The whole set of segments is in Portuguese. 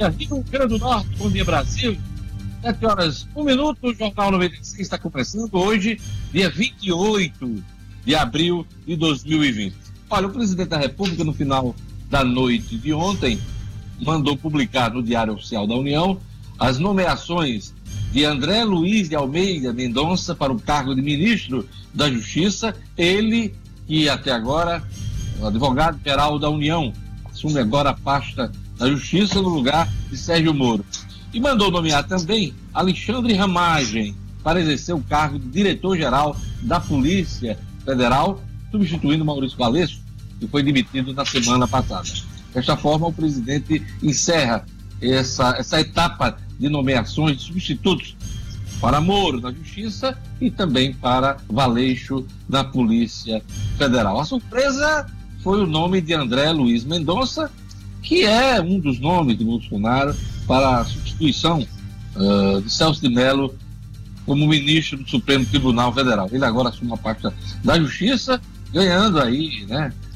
dia, Rio Grande do Norte, bom dia, Brasil. 7 horas, 1 minuto, o Jornal 96 está começando hoje, dia 28 de abril de 2020. Olha, o presidente da República, no final da noite de ontem, mandou publicar no Diário Oficial da União as nomeações de André Luiz de Almeida Mendonça para o cargo de ministro da Justiça, ele que até agora, o advogado-geral da União, assume agora a pasta da Justiça no lugar de Sérgio Moro. E mandou nomear também Alexandre Ramagem para exercer o cargo de diretor-geral da Polícia Federal, substituindo Maurício Valeixo, que foi demitido na semana passada. Desta forma, o presidente encerra essa etapa de nomeações de substitutos para Moro na Justiça e também para Valeixo na Polícia Federal. A surpresa foi o nome de André Luiz Mendonça, que é um dos nomes de Bolsonaro para a substituição de Celso de Mello como ministro do Supremo Tribunal Federal. Ele agora assume a pasta da Justiça, ganhando aí,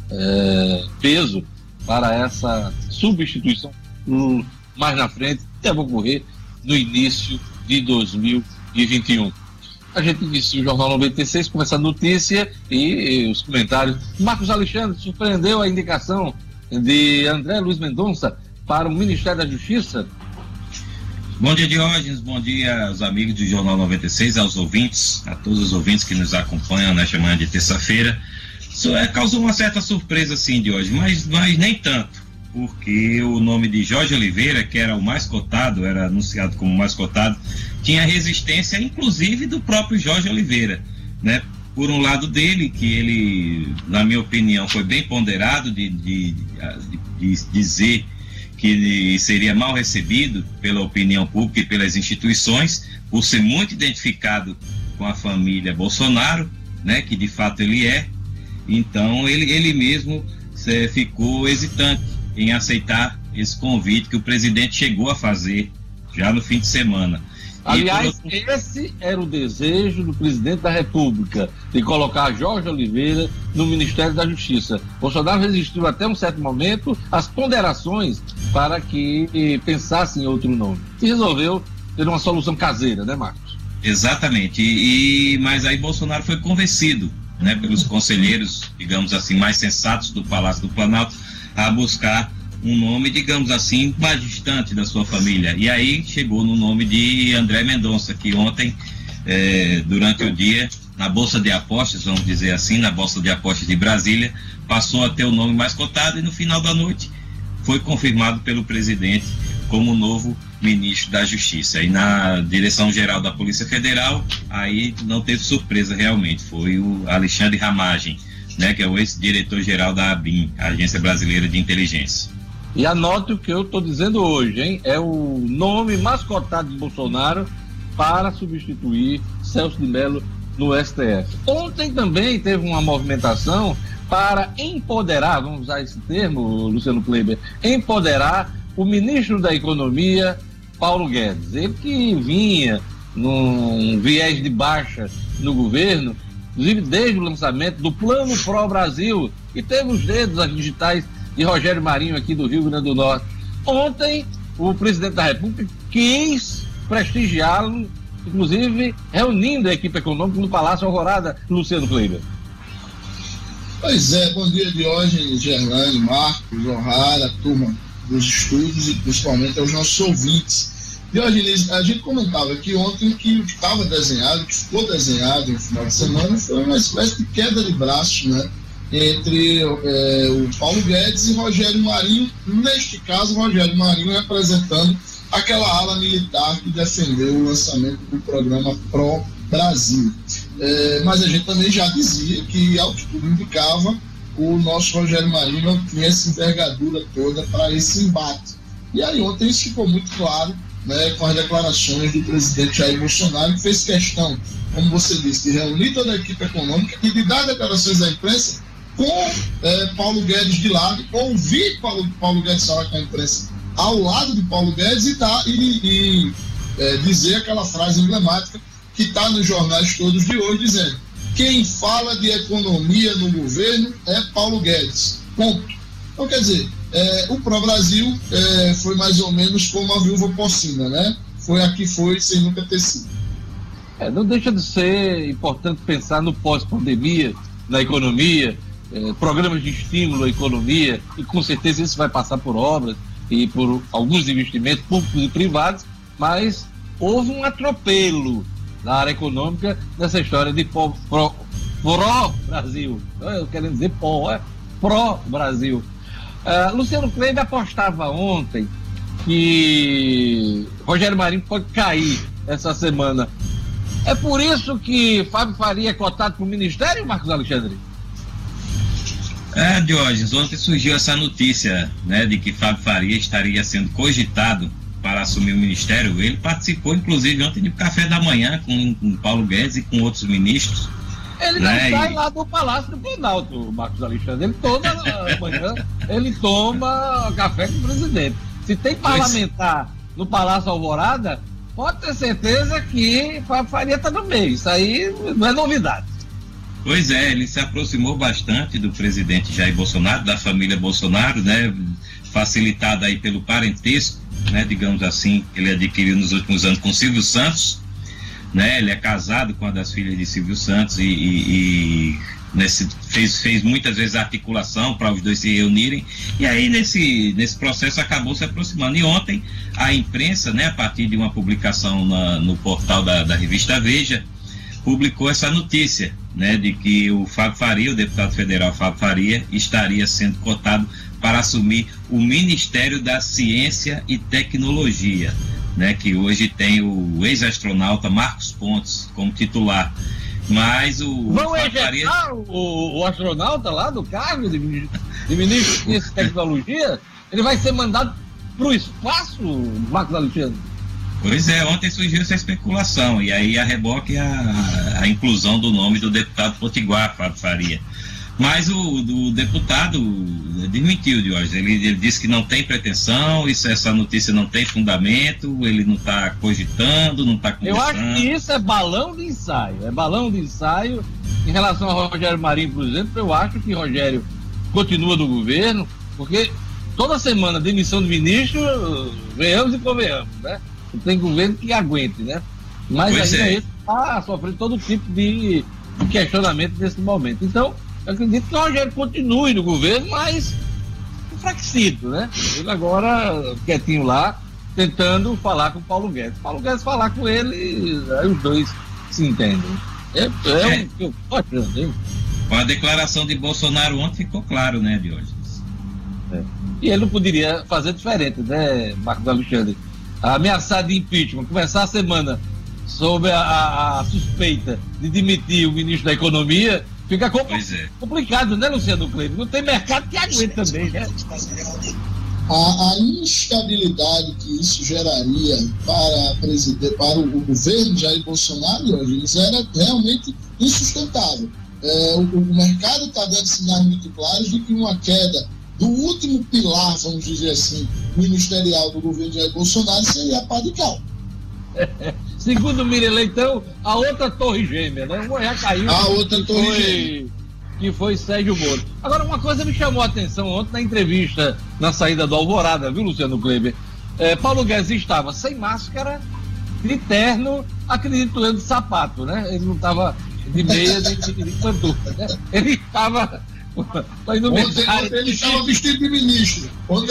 peso para essa substituição mais na frente, que deve ocorrer no início de 2021. A gente inicia o Jornal 96 com essa notícia e os comentários. Marcos Alexandre, surpreendeu a indicação de André Luiz Mendonça para o Ministério da Justiça? Bom dia, Diógenes, bom dia aos amigos do Jornal 96, aos ouvintes, a todos os ouvintes que nos acompanham nesta manhã de terça-feira. Isso causou uma certa surpresa, sim, Diógenes, mas nem tanto, porque o nome de Jorge Oliveira, que era o mais cotado, era anunciado como o mais cotado, tinha resistência, inclusive, do próprio Jorge Oliveira, né? Por um lado dele, que ele, na minha opinião, foi bem ponderado de dizer que ele seria mal recebido pela opinião pública e pelas instituições, por ser muito identificado com a família Bolsonaro, né, que de fato ele é. Então ele mesmo ficou hesitante em aceitar esse convite que o presidente chegou a fazer já no fim de semana. Aliás, esse era o desejo do presidente da República, de colocar Jorge Oliveira no Ministério da Justiça. Bolsonaro resistiu até um certo momento às ponderações para que pensasse em outro nome. E resolveu ter uma solução caseira, né, Marcos? Exatamente. Mas aí Bolsonaro foi convencido, né, pelos conselheiros, digamos assim, mais sensatos do Palácio do Planalto, a buscar um nome, digamos assim, mais distante da sua família. E aí chegou no nome de André Mendonça, que ontem, durante o dia, na Bolsa de Apostas, vamos dizer assim, na Bolsa de Apostas de Brasília, passou a ter o nome mais cotado e no final da noite foi confirmado pelo presidente como novo ministro da Justiça. E na Direção-Geral da Polícia Federal, aí não teve surpresa realmente, foi o Alexandre Ramagem, né, que é o ex-diretor-geral da ABIN, a Agência Brasileira de Inteligência. E anote o que eu estou dizendo hoje, hein? É o nome mais cotado de Bolsonaro para substituir Celso de Mello no STF. Ontem também teve uma movimentação para empoderar, vamos usar esse termo, Luciano Kleber, empoderar o ministro da Economia, Paulo Guedes. Ele que vinha num viés de baixa no governo, inclusive desde o lançamento do Plano Pro Brasil, e teve os dedos as digitais de Rogério Marinho aqui do Rio Grande do Norte. Ontem, o presidente da República quis prestigiá-lo, inclusive reunindo a equipe econômica no Palácio Alvorada, Luciano Kleber. Pois é, bom dia, Diógenes, Gerlane, Marcos, O'Hara, turma dos estudos e principalmente aos nossos ouvintes. Diógenes, a gente comentava aqui ontem que o que estava desenhado, que ficou desenhado no final de semana, foi uma espécie de queda de braços, né, entre o Paulo Guedes e Rogério Marinho, neste caso Rogério Marinho representando aquela ala militar que defendeu o lançamento do programa Pro Brasil. Mas a gente também já dizia que, ao que tudo indicava, o nosso Rogério Marinho não tinha essa envergadura toda para esse embate. E aí ontem isso ficou muito claro, né, com as declarações do presidente Jair Bolsonaro, que fez questão, como você disse, de reunir toda a equipe econômica e de dar declarações à imprensa com Paulo Guedes de lado, ouvir Paulo Guedes falar com a imprensa ao lado de Paulo Guedes e dizer aquela frase emblemática que está nos jornais todos de hoje, dizendo: quem fala de economia no governo é Paulo Guedes. Ponto. Então, quer dizer, O Pró-Brasil foi mais ou menos como a viúva porcina, né? Foi a que foi sem nunca ter sido. Não deixa de ser importante pensar no pós-pandemia, na economia, programas de estímulo à economia, e com certeza isso vai passar por obras e por alguns investimentos públicos e privados, mas houve um atropelo na área econômica nessa história de pró-Brasil. Eu quero dizer pró-Brasil. Luciano Kleber apostava ontem que Rogério Marinho pode cair essa semana. É por isso que Fábio Faria é cotado para o Ministério, Marcos Alexandre? Diógenes, ontem surgiu essa notícia, né, de que Fábio Faria estaria sendo cogitado para assumir o Ministério. Ele participou, inclusive, ontem de café da manhã com Paulo Guedes e com outros ministros. Ele não sai lá do Palácio do Planalto, Marcos Alexandre. Ele toda manhã ele toma café com o presidente. Se tem parlamentar no Palácio Alvorada, pode ter certeza que Fábio Faria está no meio. Isso aí não é novidade. Pois é, ele se aproximou bastante do presidente Jair Bolsonaro, da família Bolsonaro, né, facilitado aí pelo parentesco, né, digamos assim, que ele adquiriu nos últimos anos com Silvio Santos, né, ele é casado com uma das filhas de Silvio Santos e fez muitas vezes articulação para os dois se reunirem, e aí nesse processo acabou se aproximando. E ontem a imprensa, né, a partir de uma publicação no portal da revista Veja, publicou essa notícia, né, de que o Fábio Faria, o deputado federal Fábio Faria, estaria sendo cotado para assumir o Ministério da Ciência e Tecnologia, né, que hoje tem o ex-astronauta Marcos Pontes como titular. Mas vão ejetar o astronauta lá do cargo de ministro de Ciência e Tecnologia? Ele vai ser mandado para o espaço, Marcos Alexandre? Pois é, ontem surgiu essa especulação, e aí a reboque a inclusão do nome do deputado potiguar, Fábio Faria. Mas o deputado desmentiu, Diógenes. Ele disse que não tem pretensão, essa notícia não tem fundamento, ele não está cogitando, não está conversando. Eu acho que isso é balão de ensaio. Em relação a Rogério Marinho, por exemplo, eu acho que Rogério continua no governo, porque toda semana demissão do ministro, venhamos e convenhamos, né? Tem governo que aguente, né? Mas ainda ele está sofrendo todo tipo de questionamento nesse momento. Então, eu acredito que o Rogério continue no governo, mas enfraquecido, né? Ele agora quietinho lá, tentando falar com o Paulo Guedes. Paulo Guedes falar com ele, aí os dois se entendem. O que eu estou achando, hein? Com a declaração de Bolsonaro ontem ficou claro, né, Diógenes? E ele não poderia fazer diferente, né, Marcos Alexandre? Ameaçar de impeachment, começar a semana sob a suspeita de demitir o ministro da Economia, fica complicado, né, Luciano Kleber? Não tem mercado que aguente também, né? A instabilidade que isso geraria para o governo Jair Bolsonaro hoje era realmente insustentável. O mercado está dando sinais muito claros de que uma queda do último pilar, vamos dizer assim, ministerial do governo Jair Bolsonaro seria a pá de cal. Segundo Miriam Leitão, a outra torre gêmea, né? Uma já caiu. A outra torre gêmea. Que foi Sérgio Moro. Agora, uma coisa me chamou a atenção ontem na entrevista, na saída do Alvorada, viu, Luciano Kleber? Paulo Guedes estava sem máscara, de terno, acredito eu, de sapato, né? Ele não estava de meia nem de pantufa, né? Ele estava... Ontem ele estava vestido de ministro.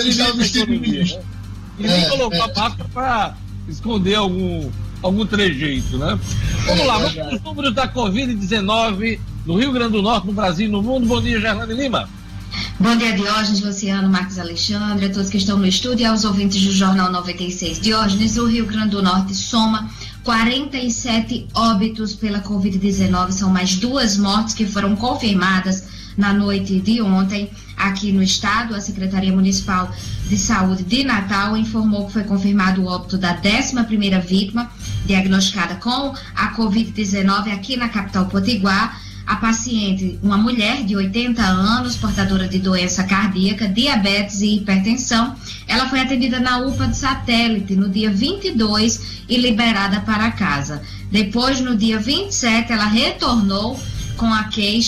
E nem colocou a máscara para esconder algum trejeito, né? Vamos lá, vamos para os números da Covid-19 no Rio Grande do Norte, no Brasil e no mundo. Bom dia, Gerlane Lima. Bom dia, Diógenes, Luciano, Marcos Alexandre, a todos que estão no estúdio e aos ouvintes do Jornal 96. Diógenes, o Rio Grande do Norte soma 47 óbitos pela Covid-19, são mais 2 mortes que foram confirmadas na noite de ontem aqui no estado. A Secretaria Municipal de Saúde de Natal informou que foi confirmado o óbito da 11ª vítima diagnosticada com a Covid-19 aqui na capital potiguar. A paciente, uma mulher de 80 anos, portadora de doença cardíaca, diabetes e hipertensão, ela foi atendida na UPA de Satélite no dia 22 e liberada para casa. Depois, no dia 27, ela retornou com a queixa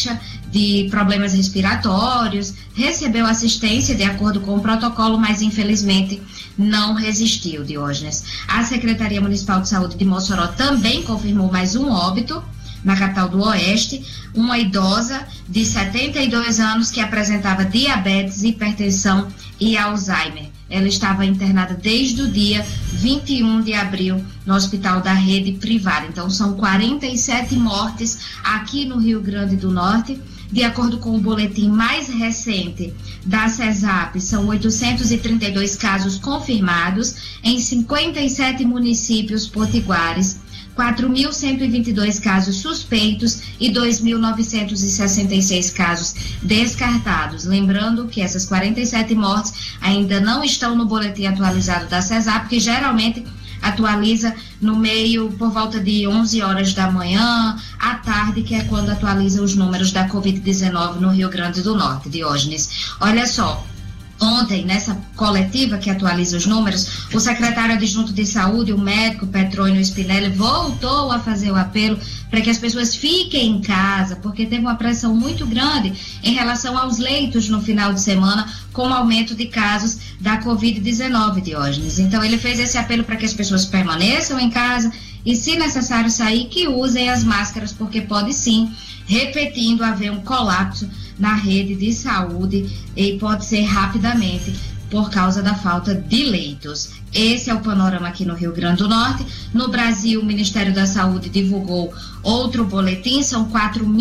de problemas respiratórios, recebeu assistência de acordo com o protocolo, mas infelizmente não resistiu, Diógenes. A Secretaria Municipal de Saúde de Mossoró também confirmou mais um óbito na capital do Oeste, uma idosa de 72 anos que apresentava diabetes, hipertensão e Alzheimer. Ela estava internada desde o dia 21 de abril no hospital da rede privada. Então, são 47 mortes aqui no Rio Grande do Norte. De acordo com o boletim mais recente da CESAP, são 832 casos confirmados em 57 municípios potiguares, 4.122 casos suspeitos e 2.966 casos descartados. Lembrando que essas 47 mortes ainda não estão no boletim atualizado da CESAP, que geralmente atualiza no meio, por volta de 11 horas da manhã, à tarde, que é quando atualiza os números da Covid-19 no Rio Grande do Norte, Diógenes. Olha só, ontem, nessa coletiva que atualiza os números, o secretário adjunto de saúde, o médico Petrônio Spinelli, voltou a fazer o apelo para que as pessoas fiquem em casa, porque teve uma pressão muito grande em relação aos leitos no final de semana, com o aumento de casos da Covid-19, Diógenes. Então, ele fez esse apelo para que as pessoas permaneçam em casa e, se necessário sair, que usem as máscaras, porque pode sim, repetindo, haver um colapso na rede de saúde e pode ser rapidamente por causa da falta de leitos. Esse é o panorama aqui no Rio Grande do Norte. No Brasil, o Ministério da Saúde divulgou outro boletim, são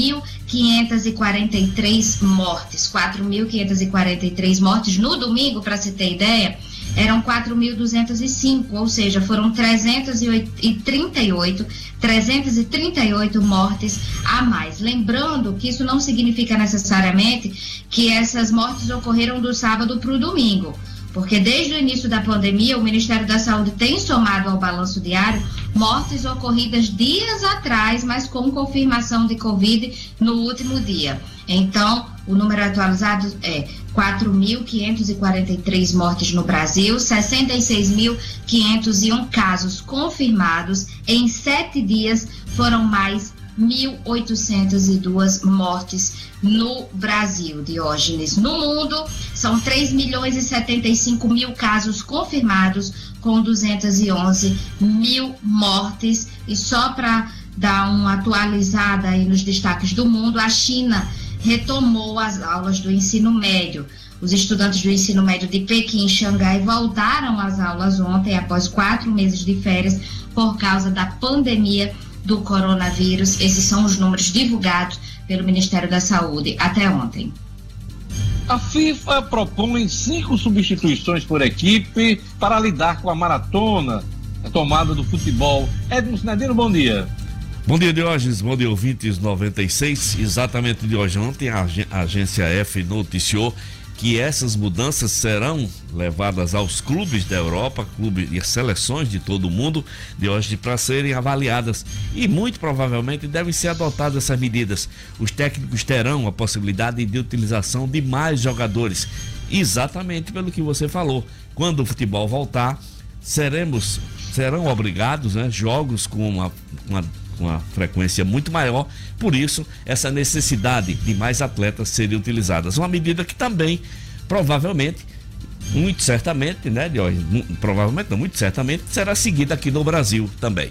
4.543 mortes. 4.543 mortes no domingo, para se ter ideia, eram 4.205, ou seja, foram 338 mortes a mais. Lembrando que isso não significa necessariamente que essas mortes ocorreram do sábado para o domingo, porque desde o início da pandemia, o Ministério da Saúde tem somado ao balanço diário mortes ocorridas dias atrás, mas com confirmação de Covid no último dia. Então, o número atualizado é 4.543 mortes no Brasil, 66.501 casos confirmados. Em 7 dias foram mais 1.802 mortes no Brasil, Diógenes. No mundo, são 3.075.000 casos confirmados, com 211 mil mortes. E só para dar uma atualizada aí nos destaques do mundo, a China retomou as aulas do ensino médio. Os estudantes do ensino médio de Pequim e Xangai voltaram às aulas ontem, após 4 meses de férias, por causa da pandemia do coronavírus. Esses são os números divulgados pelo Ministério da Saúde até ontem. A FIFA propõe 5 substituições por equipe para lidar com a maratona, a tomada do futebol. Edmo Sinadino, bom dia. Bom dia, Diógenes, bom dia, ouvintes 96. Exatamente de hoje ontem, a agência F noticiou que essas mudanças serão levadas aos clubes da Europa, clubes e seleções de todo o mundo, de hoje, para serem avaliadas, e muito provavelmente devem ser adotadas essas medidas. Os técnicos terão a possibilidade de utilização de mais jogadores, exatamente pelo que você falou. Quando o futebol voltar, serão obrigados, jogos com uma frequência muito maior, por isso essa necessidade de mais atletas serem utilizadas. Uma medida que também, provavelmente, muito certamente, provavelmente não, muito certamente, será seguida aqui no Brasil também.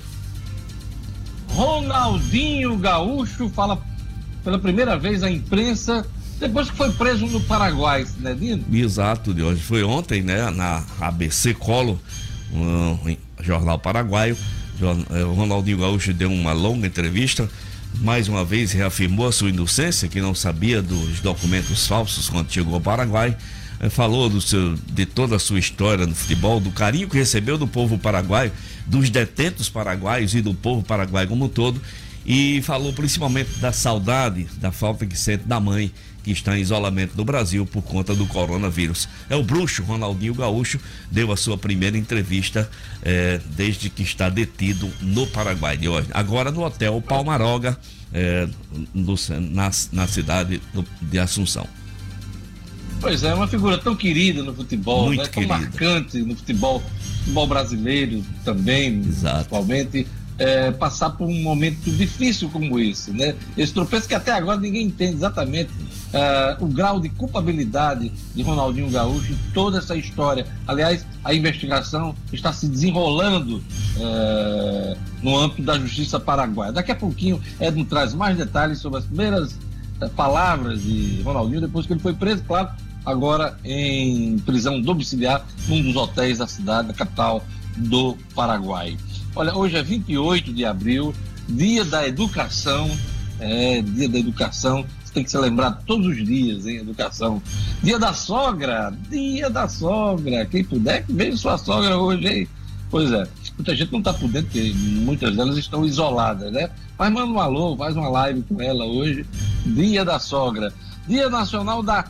Ronaldinho Gaúcho fala pela primeira vez à imprensa depois que foi preso no Paraguai, Sinedino? Exato, de hoje foi ontem, na ABC Colo, jornal paraguaio. O Ronaldinho Gaúcho deu uma longa entrevista, mais uma vez reafirmou a sua inocência, que não sabia dos documentos falsos quando chegou ao Paraguai. Falou de toda a sua história no futebol, do carinho que recebeu do povo paraguaio, dos detentos paraguaios e do povo paraguaio como um todo, e falou principalmente da saudade, da falta que sente da mãe, que está em isolamento no Brasil por conta do coronavírus. O bruxo Ronaldinho Gaúcho deu a sua primeira entrevista desde que está detido no Paraguai de hoje. Agora no Hotel Palmaroga, na cidade de Assunção. Pois é, uma figura tão querida no futebol, tão marcante no futebol brasileiro também, principalmente. passar por um momento difícil como esse, né? Esse tropeço que até agora ninguém entende exatamente o grau de culpabilidade de Ronaldinho Gaúcho em toda essa história. Aliás, a investigação está se desenrolando no âmbito da Justiça Paraguaia. Daqui a pouquinho Edno traz mais detalhes sobre as primeiras palavras de Ronaldinho depois que ele foi preso, claro, agora em prisão domiciliar num dos hotéis da cidade, da capital do Paraguai. Olha, hoje é 28 de abril, dia da educação, dia da educação, você tem que se lembrar todos os dias, hein, educação. Dia da sogra, quem puder, que veja sua sogra hoje, hein? Pois é, muita gente não está por dentro, porque muitas delas estão isoladas, né? Mas manda um alô, faz uma live com ela hoje, dia da sogra. Dia nacional da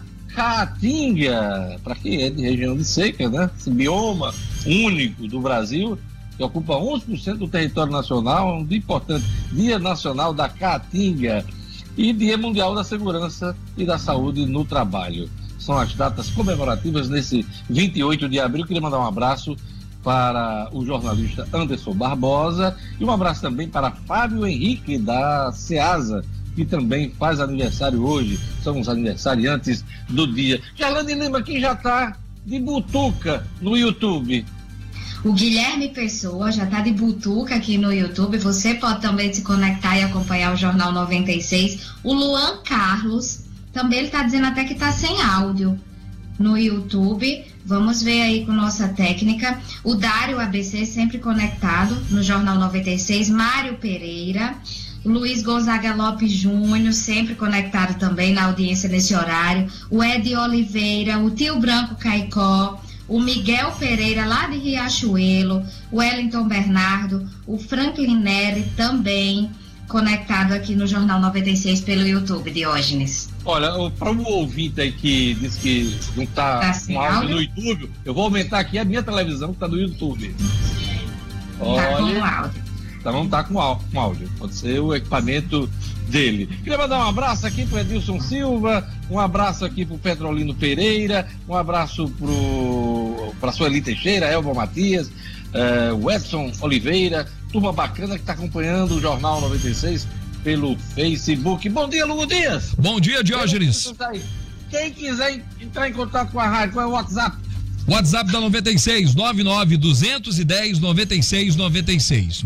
caatinga, para quem é de região de seca, né? Esse bioma único do Brasil, que ocupa 11% do território nacional, um dia importante, Dia Nacional da Caatinga e Dia Mundial da Segurança e da Saúde no Trabalho. São as datas comemorativas nesse 28 de abril. Queria mandar um abraço para o jornalista Anderson Barbosa e um abraço também para Fábio Henrique da Ceasa, que também faz aniversário hoje. São os aniversariantes do dia. Jalane Lima, que já está de butuca no YouTube. O Guilherme Pessoa já está de butuca aqui no YouTube. Você pode também se conectar e acompanhar o Jornal 96. O Luan Carlos, também ele está dizendo até que está sem áudio no YouTube. Vamos ver aí com nossa técnica. O Dário ABC sempre conectado no Jornal 96. Mário Pereira. Luiz Gonzaga Lopes Júnior, sempre conectado também na audiência nesse horário. O Ed Oliveira, o Tio Branco Caicó. O Miguel Pereira, lá de Riachuelo, o Wellington Bernardo, o Franklin Nery, também conectado aqui no Jornal 96 pelo YouTube, Diógenes. Olha, para o ouvinte aí que diz que não está com áudio no YouTube, eu vou aumentar aqui a minha televisão que está no YouTube. Está com áudio. Então não está com áudio, pode ser o equipamento dele. Queria mandar um abraço aqui para Edilson Silva, um abraço aqui para o Petrolino Pereira, um abraço para a Sueli Teixeira, Elba Matias, o Edson Oliveira, turma bacana que está acompanhando o Jornal 96 pelo Facebook. Bom dia, Lugo Dias. Bom dia, Diógenes. Quem quiser entrar em contato com a rádio, qual é o WhatsApp? WhatsApp da 96, 99210-9696,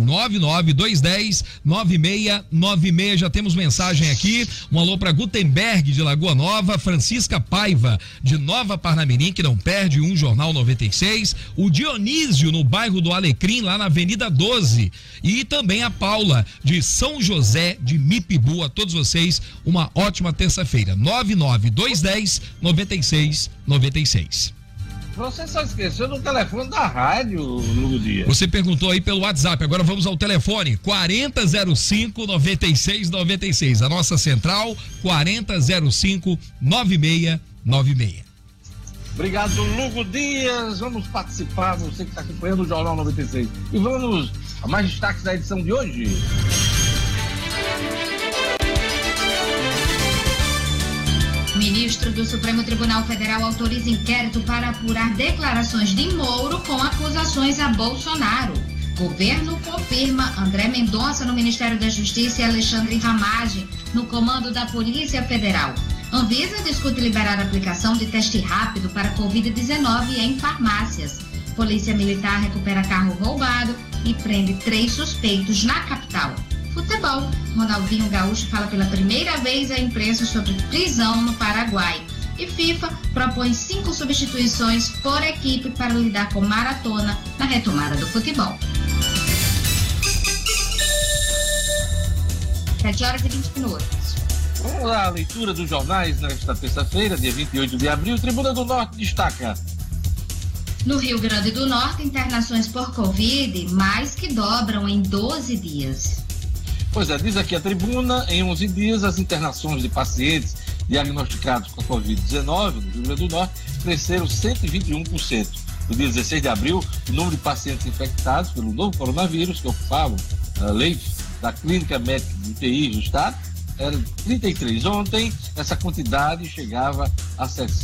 99210-9696. Já temos mensagem aqui. Um alô para Gutenberg de Lagoa Nova, Francisca Paiva de Nova Parnamirim, que não perde um Jornal 96. O Dionísio no bairro do Alecrim, lá na Avenida 12. E também a Paula de São José de Mipibu. A todos vocês, uma ótima terça-feira. 99210-9696. Você só esqueceu do telefone da rádio, Lugo Dias. Você perguntou aí pelo WhatsApp, agora vamos ao telefone, 4005-9696. A nossa central, 4005-9696. Obrigado, Lugo Dias. Vamos participar, você que está acompanhando o Jornal 96. E vamos a mais destaques da edição de hoje. Ministro do Supremo Tribunal Federal autoriza inquérito para apurar declarações de Moro com acusações a Bolsonaro. Governo confirma André Mendonça no Ministério da Justiça e Alexandre Ramagem no comando da Polícia Federal. Anvisa discute liberar a aplicação de teste rápido para Covid-19 em farmácias. Polícia Militar recupera carro roubado e prende 3 suspeitos na capital. Futebol. Ronaldinho Gaúcho fala pela primeira vez à imprensa sobre prisão no Paraguai. E FIFA propõe 5 substituições por equipe para lidar com maratona na retomada do futebol. 7h20. Vamos à leitura dos jornais nesta terça-feira, dia 28 de abril. Tribuna do Norte destaca. No Rio Grande do Norte, internações por Covid mais que dobram em 12 dias. Pois é, diz aqui a Tribuna, em 11 dias as internações de pacientes diagnosticados com a Covid-19 no Rio Grande do Norte cresceram 121%. No dia 16 de abril, o número de pacientes infectados pelo novo coronavírus que ocupavam leitos da Clínica Médica de UTI do Estado era 33. Ontem, essa quantidade chegava a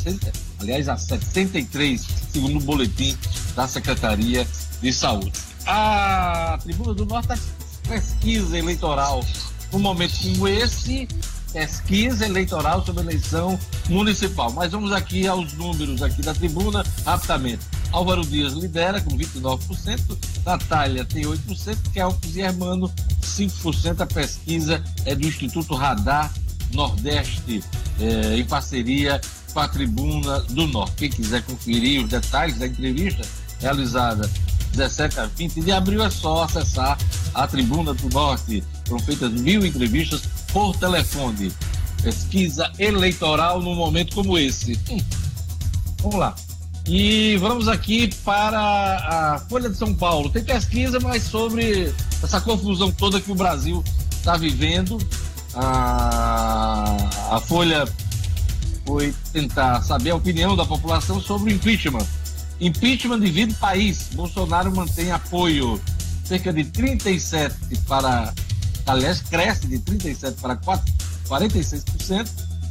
73, segundo o boletim da Secretaria de Saúde. A Tribuna do Norte está pesquisa eleitoral num momento como esse, pesquisa eleitoral sobre eleição municipal. Mas vamos aqui aos números aqui da tribuna, rapidamente. Álvaro Dias lidera com 29%, Natália tem 8%, Kelps e Hermano 5%. A pesquisa é do Instituto Radar Nordeste, em parceria com a Tribuna do Norte. Quem quiser conferir os detalhes da entrevista realizada 17 a 20 de abril, é só acessar a Tribuna do Norte. Foram feitas 1000 entrevistas por telefone. Pesquisa eleitoral num momento como esse. Vamos lá. E vamos aqui para a Folha de São Paulo. Tem pesquisa, mas sobre essa confusão toda que o Brasil está vivendo. A Folha foi tentar saber a opinião da população sobre o impeachment. Impeachment divide país. Bolsonaro mantém apoio. Cerca de 37 para... Aliás, cresce de 37 para 46%.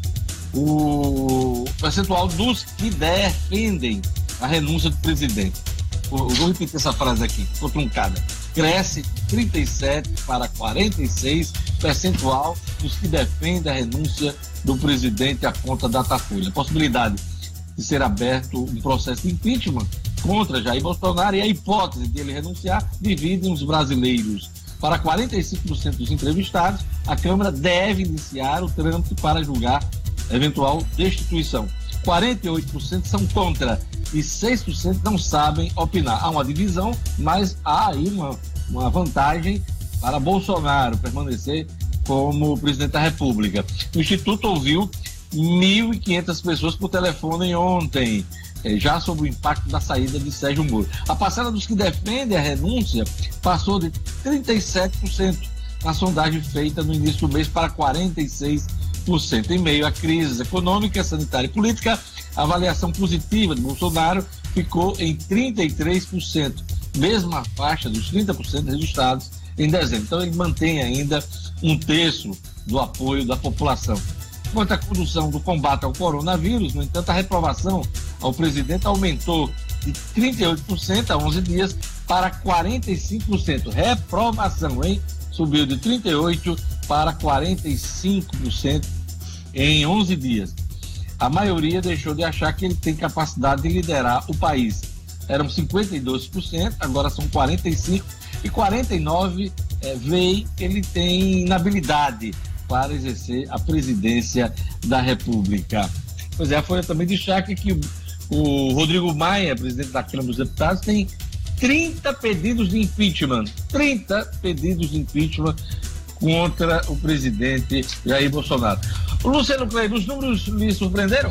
O percentual dos que defendem a renúncia do presidente. Vou repetir essa frase aqui, ficou truncada. Cresce de 37 para 46% percentual dos que defendem a renúncia do presidente, aponta Datafolha. A possibilidade de ser aberto um processo de impeachment contra Jair Bolsonaro e a hipótese de ele renunciar dividem os brasileiros. Para 45% dos entrevistados, a Câmara deve iniciar o trâmite para julgar eventual destituição. 48% são contra e 6% não sabem opinar. Há uma divisão, mas há aí uma vantagem para Bolsonaro permanecer como presidente da República. O Instituto ouviu 1.500 pessoas por telefone ontem, já sobre o impacto da saída de Sérgio Moro. A parcela dos que defendem a renúncia passou de 37% na sondagem feita no início do mês para 46%. Em meio à crise econômica, sanitária e política, a avaliação positiva de Bolsonaro ficou em 33%, mesma faixa dos 30% registrados em dezembro. Então ele mantém ainda 1/3 do apoio da população. Quanto à condução do combate ao coronavírus, no entanto, a reprovação ao presidente aumentou de 38% a 11 dias para 45%. Reprovação, hein? Subiu de 38% para 45% em 11 dias. A maioria deixou de achar que ele tem capacidade de liderar o país. Eram 52%, agora são 45%, e 49% veem que ele tem inabilidade para exercer a presidência da República. Pois é, a Folha também destaca que o Rodrigo Maia, presidente da Câmara dos Deputados, tem 30 pedidos de impeachment. 30 pedidos de impeachment contra o presidente Jair Bolsonaro. O Luciano Kleber, os números lhe surpreenderam?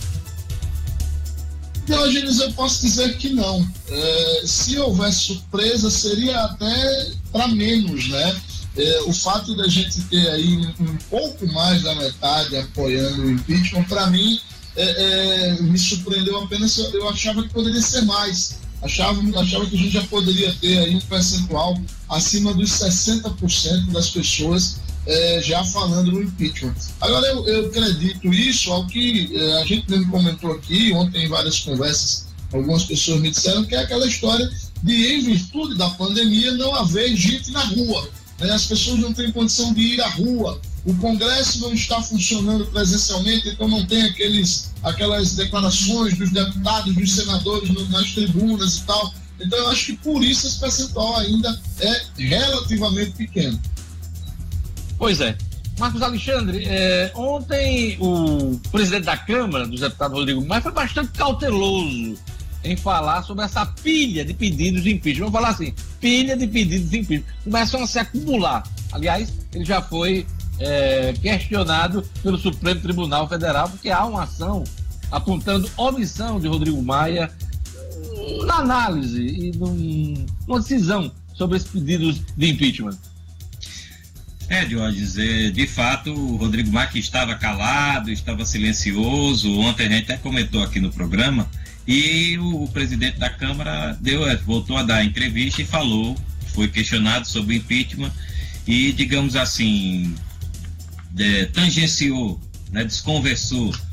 Diógenes, eu posso dizer que não. Se houvesse surpresa, seria até para menos, né? O fato da gente ter aí um pouco mais da metade apoiando o impeachment, para mim, me surpreendeu apenas. Eu achava que poderia ser mais. Achava que a gente já poderia ter aí um percentual acima dos 60% das pessoas já falando no impeachment. Agora, eu acredito isso ao que a gente mesmo comentou aqui, ontem em várias conversas, algumas pessoas me disseram que é aquela história de, em virtude da pandemia, não haver gente na rua. As pessoas não têm condição de ir à rua, o Congresso não está funcionando presencialmente, então não tem aquelas declarações dos deputados, dos senadores nas tribunas e tal. Então eu acho que por isso esse percentual ainda é relativamente pequeno. Pois é. Marcos Alexandre, ontem o presidente da Câmara dos Deputados, Rodrigo Maia, foi bastante cauteloso em falar sobre essa pilha de pedidos de impeachment. Vamos falar assim, pilha de pedidos de impeachment. Começam a se acumular. Aliás, ele já foi questionado pelo Supremo Tribunal Federal, porque há uma ação apontando omissão de Rodrigo Maia na análise e numa decisão sobre esses pedidos de impeachment. Diógenes, de fato, o Rodrigo Maia, que estava calado, estava silencioso, ontem a gente até comentou aqui no programa, e o presidente da Câmara voltou a dar entrevista e falou, foi questionado sobre o impeachment e, digamos assim, tangenciou, desconversou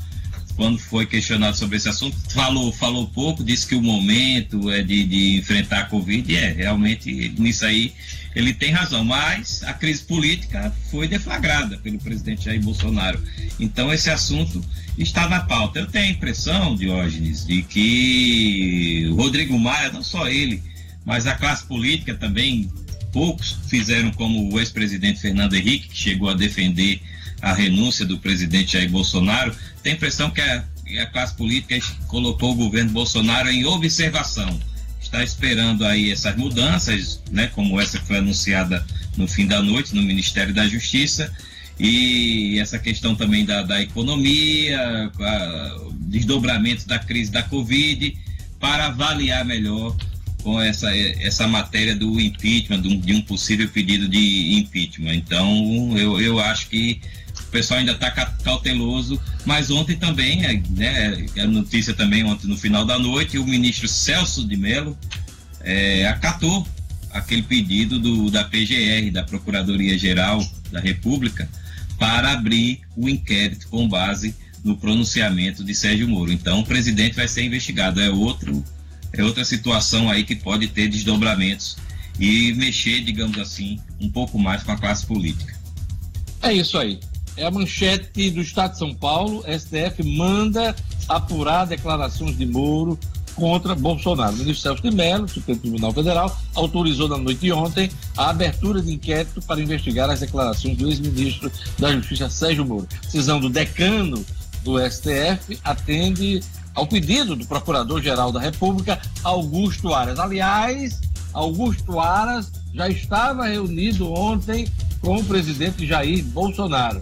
quando foi questionado sobre esse assunto, falou pouco, disse que o momento é de enfrentar a Covid, e realmente nisso aí ele tem razão, mas a crise política foi deflagrada pelo presidente Jair Bolsonaro, então esse assunto está na pauta. Eu tenho a impressão, Diógenes, de que o Rodrigo Maia, não só ele, mas a classe política também, poucos fizeram como o ex-presidente Fernando Henrique, que chegou a defender a renúncia do presidente Jair Bolsonaro. Tem a impressão que a classe política colocou o governo Bolsonaro em observação, está esperando aí essas mudanças, né, como essa que foi anunciada no fim da noite no Ministério da Justiça, e essa questão também da economia, desdobramento da crise da Covid, para avaliar melhor com essa matéria do impeachment, de um possível pedido de impeachment. Então, eu acho que o pessoal ainda está cauteloso, mas ontem também, né, a notícia também ontem no final da noite, o ministro Celso de Mello acatou aquele pedido da PGR, da Procuradoria-Geral da República, para abrir o inquérito com base no pronunciamento de Sérgio Moro. Então, o presidente vai ser investigado. É outra situação aí que pode ter desdobramentos e mexer, digamos assim, um pouco mais com a classe política. É isso aí. É a manchete do Estado de São Paulo. STF manda apurar declarações de Moro contra Bolsonaro. O ministro Celso de Mello, Supremo Tribunal Federal, autorizou na noite de ontem a abertura de inquérito para investigar as declarações do ex-ministro da Justiça, Sérgio Moro. A decisão do decano do STF atende ao pedido do Procurador-Geral da República, Augusto Aras. Aliás, Augusto Aras já estava reunido ontem com o presidente Jair Bolsonaro.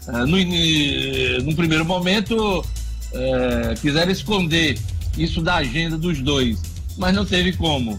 No primeiro momento, quiseram esconder isso da agenda dos dois, mas não teve como.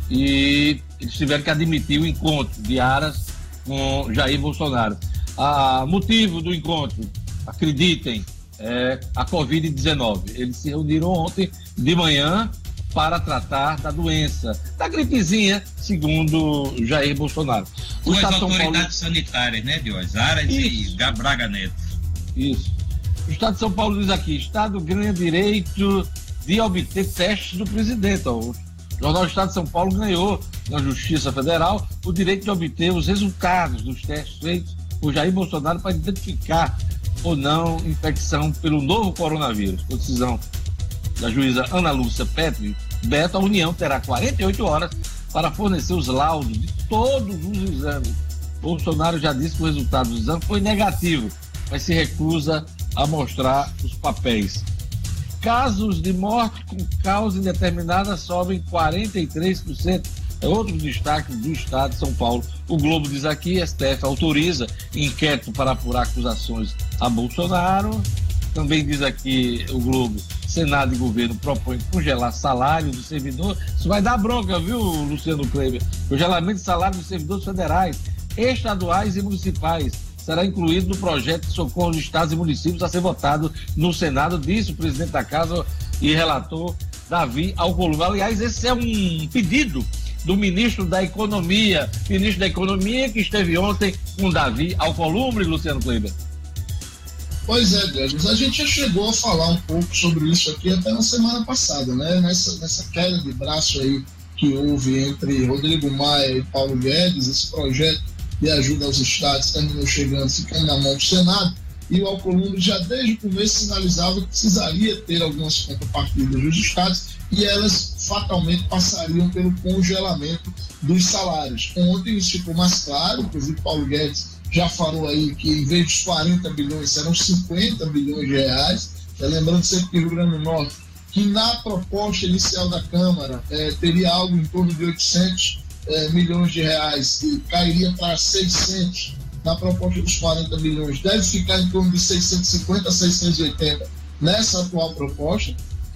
E eles tiveram que admitir o encontro de Aras com Jair Bolsonaro. Motivo do encontro, acreditem, a Covid-19. Eles se reuniram ontem de manhã para tratar da doença, da gripezinha, segundo Jair Bolsonaro. As autoridades sanitárias, né, Diógenes? Aras e Braga Neto. Isso. O Estado de São Paulo diz aqui: Estado ganha direito de obter testes do presidente. O Jornal Estado de São Paulo ganhou na Justiça Federal o direito de obter os resultados dos testes feitos por Jair Bolsonaro para identificar ou não infecção pelo novo coronavírus. Com decisão da juíza Ana Lúcia Petri Beto, a União terá 48 horas para fornecer os laudos de todos os exames. Bolsonaro já disse que o resultado do exame foi negativo, mas se recusa a mostrar os papéis. Casos de morte com causa indeterminada sobem 43%. É outro destaque do Estado de São Paulo. O Globo diz aqui: STF autoriza inquérito para apurar acusações a Bolsonaro. Também diz aqui o Globo: Senado e governo propõem congelar salário do servidor. Isso vai dar bronca, viu, Luciano Kleber? Congelamento de salário dos servidores federais, estaduais e municipais será incluído no projeto de socorro dos estados e municípios a ser votado no Senado, disse o presidente da Casa e relator Davi Alcolumbre. Aliás, esse é um pedido do ministro da Economia, que esteve ontem com Davi Alcolumbre, Luciano Kleber. Pois é, Diógenes, a gente já chegou a falar um pouco sobre isso aqui até na semana passada, né? Nessa queda de braço aí que houve entre Rodrigo Maia e Paulo Guedes, esse projeto de ajuda aos estados terminou ficando na mão do Senado, e o Alcolumbre já desde o começo sinalizava que precisaria ter algumas contrapartidas dos estados e elas fatalmente passariam pelo congelamento dos salários. Ontem isso ficou mais claro, inclusive Paulo Guedes já falou aí que em vez dos 40 bilhões serão 50 bilhões de reais. Lembrando sempre que o Rio Grande do Norte, que na proposta inicial da Câmara teria algo em torno de 800 milhões de reais e cairia para 600 na proposta dos 40 bilhões, deve ficar em torno de 650 a 680 nessa atual proposta,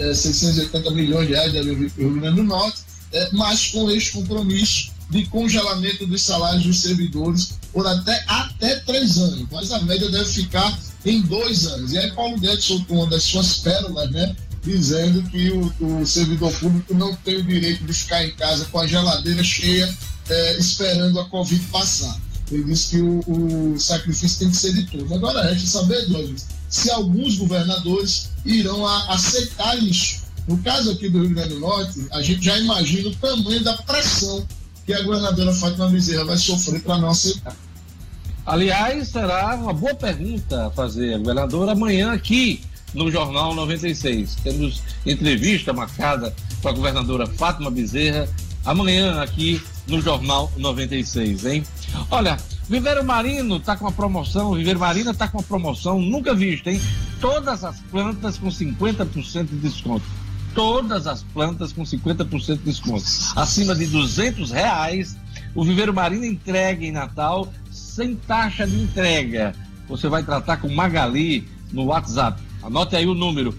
680 milhões de reais deve vir para o Rio Grande do Norte, mas com esse compromisso de congelamento dos salários dos servidores por até 3 anos, mas a média deve ficar em 2 anos. E aí Paulo Guedes soltou uma das suas pérolas, né, dizendo que o servidor público não tem o direito de ficar em casa com a geladeira cheia esperando a Covid passar. Ele disse que o sacrifício tem que ser de todos. Agora resta saber, Diógenes, se alguns governadores irão aceitar isso. No caso aqui do Rio Grande do Norte, a gente já imagina o tamanho da pressão que a governadora Fátima Bezerra vai sofrer para não aceitar. Aliás, será uma boa pergunta a fazer a governadora amanhã aqui no Jornal 96. Temos entrevista marcada com a governadora Fátima Bezerra amanhã aqui no Jornal 96, hein? Olha, Viveiro Marino está com uma promoção, Viveiro Marina está com uma promoção nunca vista, hein? Todas as plantas com 50% de desconto. Todas as plantas com 50% de desconto. Acima de R$200, o Viveiro Marina entrega em Natal sem taxa de entrega. Você vai tratar com Magali no WhatsApp. Anote aí o número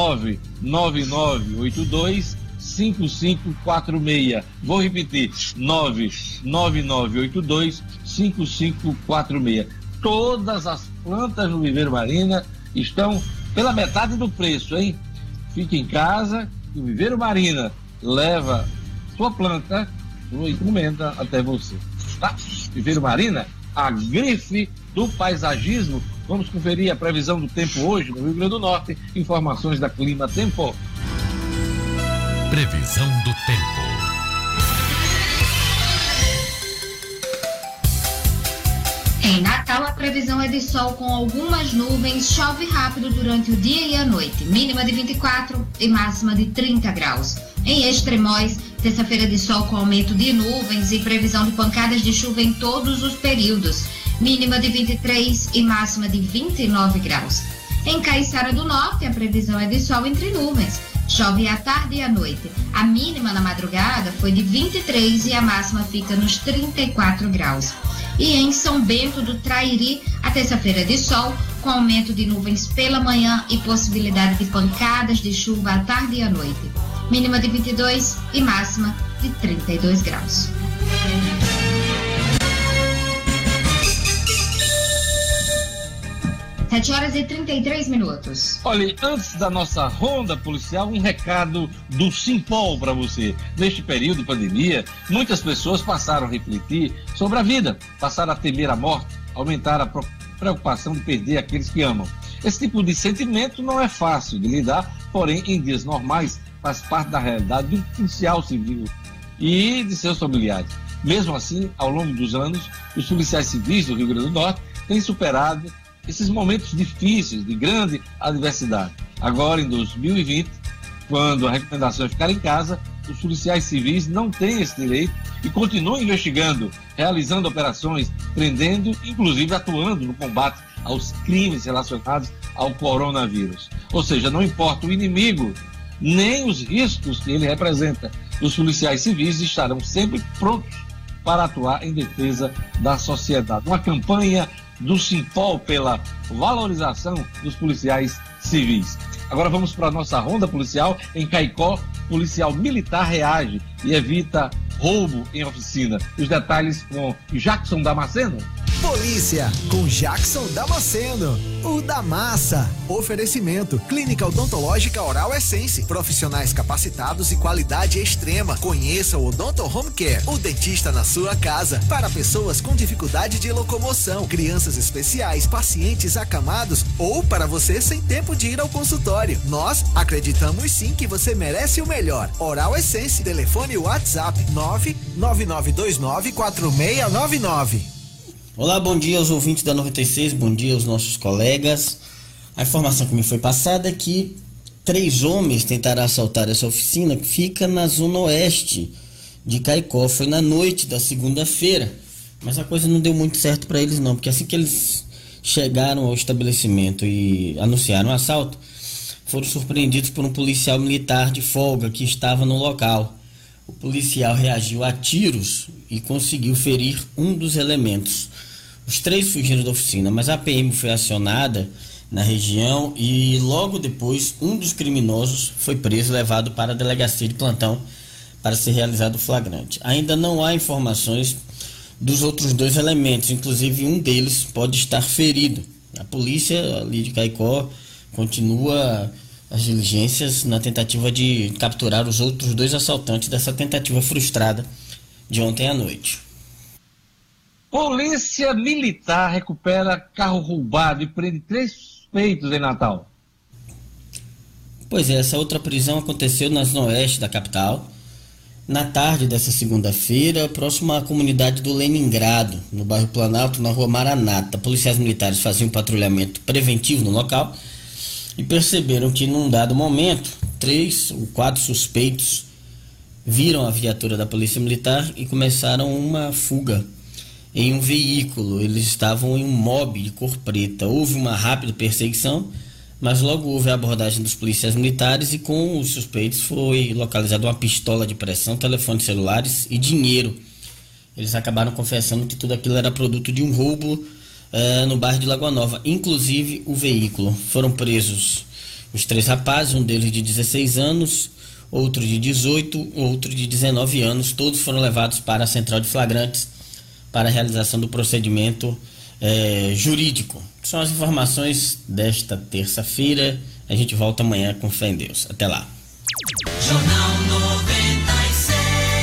99982-5546. Vou repetir, 99982-5546. Todas as plantas no Viveiro Marina estão pela metade do preço, hein? Fique em casa, o Viveiro Marina leva sua planta, sua encomenda até você. Tá? Viveiro Marina, a grife do paisagismo. Vamos conferir a previsão do tempo hoje no Rio Grande do Norte. Informações da Clima Tempo. Previsão do tempo. Em Natal, a previsão é de sol com algumas nuvens, chove rápido durante o dia e a noite, mínima de 24 e máxima de 30 graus. Em Extremóis, terça-feira de sol com aumento de nuvens e previsão de pancadas de chuva em todos os períodos, mínima de 23 e máxima de 29 graus. Em Caiçara do Norte, a previsão é de sol entre nuvens, chove à tarde e à noite. A mínima na madrugada foi de 23 e a máxima fica nos 34 graus. E em São Bento do Trairi, a terça-feira de sol, com aumento de nuvens pela manhã e possibilidade de pancadas de chuva à tarde e à noite. Mínima de 22 e máxima de 32 graus. Sete horas e 33 minutos. Olha, antes da nossa ronda policial, um recado do Simpol para você. Neste período de pandemia, muitas pessoas passaram a refletir sobre a vida, passaram a temer a morte, aumentaram a preocupação de perder aqueles que amam. Esse tipo de sentimento não é fácil de lidar, porém, em dias normais, faz parte da realidade de um policial civil e de seus familiares. Mesmo assim, ao longo dos anos, os policiais civis do Rio Grande do Norte têm superado esses momentos difíceis, de grande adversidade. Agora, em 2020, quando a recomendação é ficar em casa, os policiais civis não têm esse direito e continuam investigando, realizando operações, prendendo, inclusive atuando no combate aos crimes relacionados ao coronavírus. Ou seja, não importa o inimigo, nem os riscos que ele representa, os policiais civis estarão sempre prontos para atuar em defesa da sociedade. Uma campanha do Simpol pela valorização dos policiais civis. Agora vamos para a nossa ronda policial. Em Caicó, policial militar reage e evita roubo em oficina. Os detalhes com Jackson Damasceno. Polícia, com Jackson Damasceno, o da massa. Oferecimento, Clínica Odontológica Oral Essence, profissionais capacitados e qualidade extrema. Conheça o Odonto Home Care, o dentista na sua casa, para pessoas com dificuldade de locomoção, crianças especiais, pacientes acamados ou para você sem tempo de ir ao consultório. Nós acreditamos sim que você merece o melhor. Oral Essence, telefone WhatsApp 999294699. Olá, bom dia aos ouvintes da 96, bom dia aos nossos colegas. A informação que me foi passada é que 3 homens tentaram assaltar essa oficina que fica na zona oeste de Caicó. Foi na noite da segunda-feira, mas a coisa não deu muito certo para eles não, porque assim que eles chegaram ao estabelecimento e anunciaram o assalto, foram surpreendidos por um policial militar de folga que estava no local. O policial reagiu a tiros e conseguiu ferir um dos elementos. Os 3 fugiram da oficina, mas a PM foi acionada na região e logo depois um dos criminosos foi preso e levado para a delegacia de plantão para ser realizado o flagrante. Ainda não há informações dos outros 2 elementos, inclusive um deles pode estar ferido. A polícia ali de Caicó continua as diligências na tentativa de capturar os outros 2 assaltantes dessa tentativa frustrada de ontem à noite. Polícia Militar recupera carro roubado e prende 3 suspeitos em Natal. Pois é, essa outra prisão aconteceu na zona oeste da capital, na tarde dessa segunda-feira, próximo à comunidade do Leningrado, no bairro Planalto, na rua Maranata. Policiais militares faziam um patrulhamento preventivo no local e perceberam que num dado momento, 3 ou 4 suspeitos viram a viatura da polícia militar e começaram uma fuga em um veículo. Eles estavam em um mob de cor preta. Houve uma rápida perseguição, mas logo houve a abordagem dos policiais militares e com os suspeitos foi localizada uma pistola de pressão, telefones celulares e dinheiro. Eles acabaram confessando que tudo aquilo era produto de um roubo no bairro de Lagoa Nova, inclusive o veículo. Foram presos os 3 rapazes, um deles de 16 anos, outro de 18, outro de 19 anos. Todos foram levados para a central de flagrantes para a realização do procedimento jurídico. São as informações desta terça-feira. A gente volta amanhã com fé em Deus. Até lá. Jornal 96.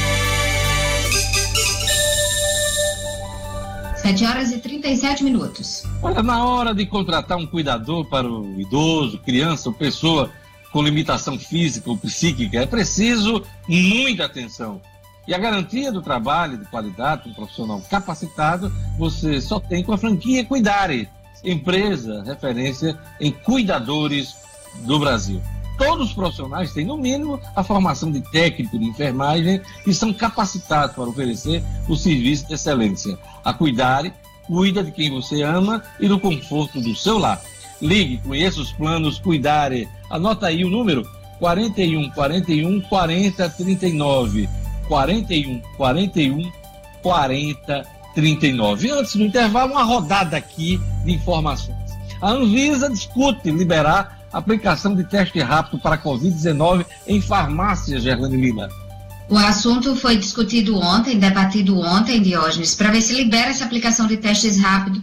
7h37. Olha, na hora de contratar um cuidador para o idoso, criança ou pessoa com limitação física ou psíquica, é preciso muita atenção. E a garantia do trabalho de qualidade, um profissional capacitado, você só tem com a franquia Cuidare, empresa referência em cuidadores do Brasil. Todos os profissionais têm, no mínimo, a formação de técnico de enfermagem e são capacitados para oferecer o serviço de excelência. A Cuidare cuida de quem você ama e do conforto do seu lar. Ligue, conheça os planos Cuidare. Anota aí o número 41 41 40 39. 41 41 40 39. Antes do intervalo, uma rodada aqui de informações. A Anvisa discute liberar a aplicação de teste rápido para a Covid-19 em farmácias, Gerlane Lima. O assunto foi discutido ontem, debatido ontem, Diógenes, para ver se libera essa aplicação de testes rápidos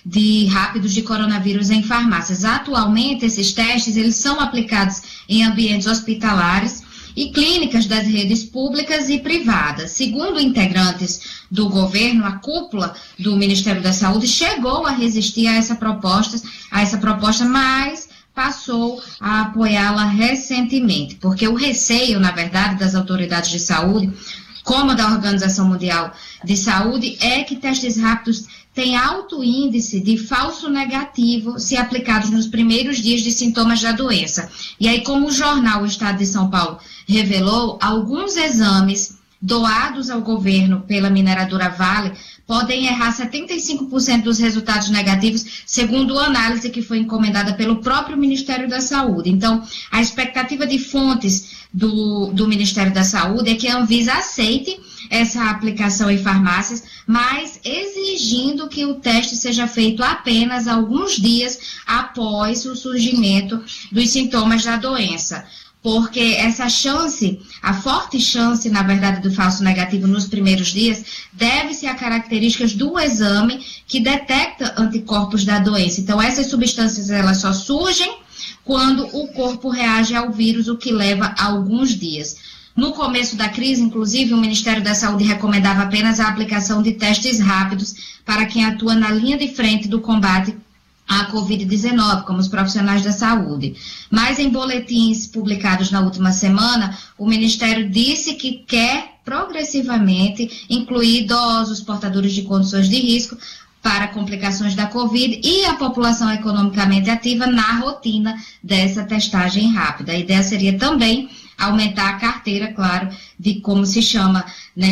de coronavírus em farmácias. Atualmente, esses testes eles são aplicados em ambientes hospitalares e clínicas das redes públicas e privadas. Segundo integrantes do governo, a cúpula do Ministério da Saúde chegou a resistir a essa proposta, mas passou a apoiá-la recentemente, porque o receio, na verdade, das autoridades de saúde, como a da Organização Mundial de Saúde, é que testes rápidos têm alto índice de falso negativo se aplicados nos primeiros dias de sintomas da doença. E aí, como o jornal O Estado de São Paulo revelou, alguns exames doados ao governo pela mineradora Vale podem errar 75% dos resultados negativos, segundo a análise que foi encomendada pelo próprio Ministério da Saúde. Então, a expectativa de fontes do Ministério da Saúde é que a Anvisa aceite essa aplicação em farmácias, mas exigindo que o teste seja feito apenas alguns dias após o surgimento dos sintomas da doença. Porque essa chance, a forte chance, na verdade, do falso negativo nos primeiros dias, deve-se a características do exame que detecta anticorpos da doença. Então, essas substâncias, elas só surgem quando o corpo reage ao vírus, o que leva alguns dias. No começo da crise, inclusive, o Ministério da Saúde recomendava apenas a aplicação de testes rápidos para quem atua na linha de frente do combate à Covid-19, como os profissionais da saúde. Mas em boletins publicados na última semana, o Ministério disse que quer progressivamente incluir idosos, portadores de condições de risco para complicações da Covid e a população economicamente ativa na rotina dessa testagem rápida. A ideia seria também aumentar a carteira, claro, de como se chama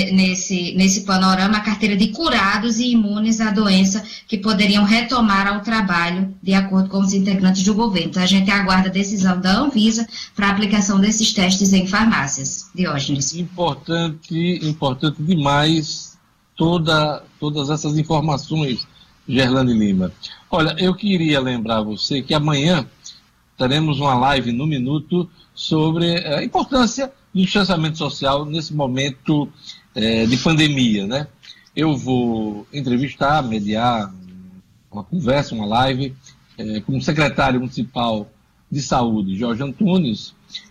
nesse panorama, a carteira de curados e imunes à doença que poderiam retomar ao trabalho, de acordo com os integrantes do governo. Então, a gente aguarda a decisão da Anvisa para a aplicação desses testes em farmácias. Diógenes. Importante demais todas essas informações, Gerlane Lima. Olha, eu queria lembrar você que amanhã teremos uma live no Minuto sobre a importância do distanciamento social nesse momento de pandemia, né? Eu vou entrevistar, mediar uma conversa, uma live com o secretário municipal de saúde, Jorge Antunes,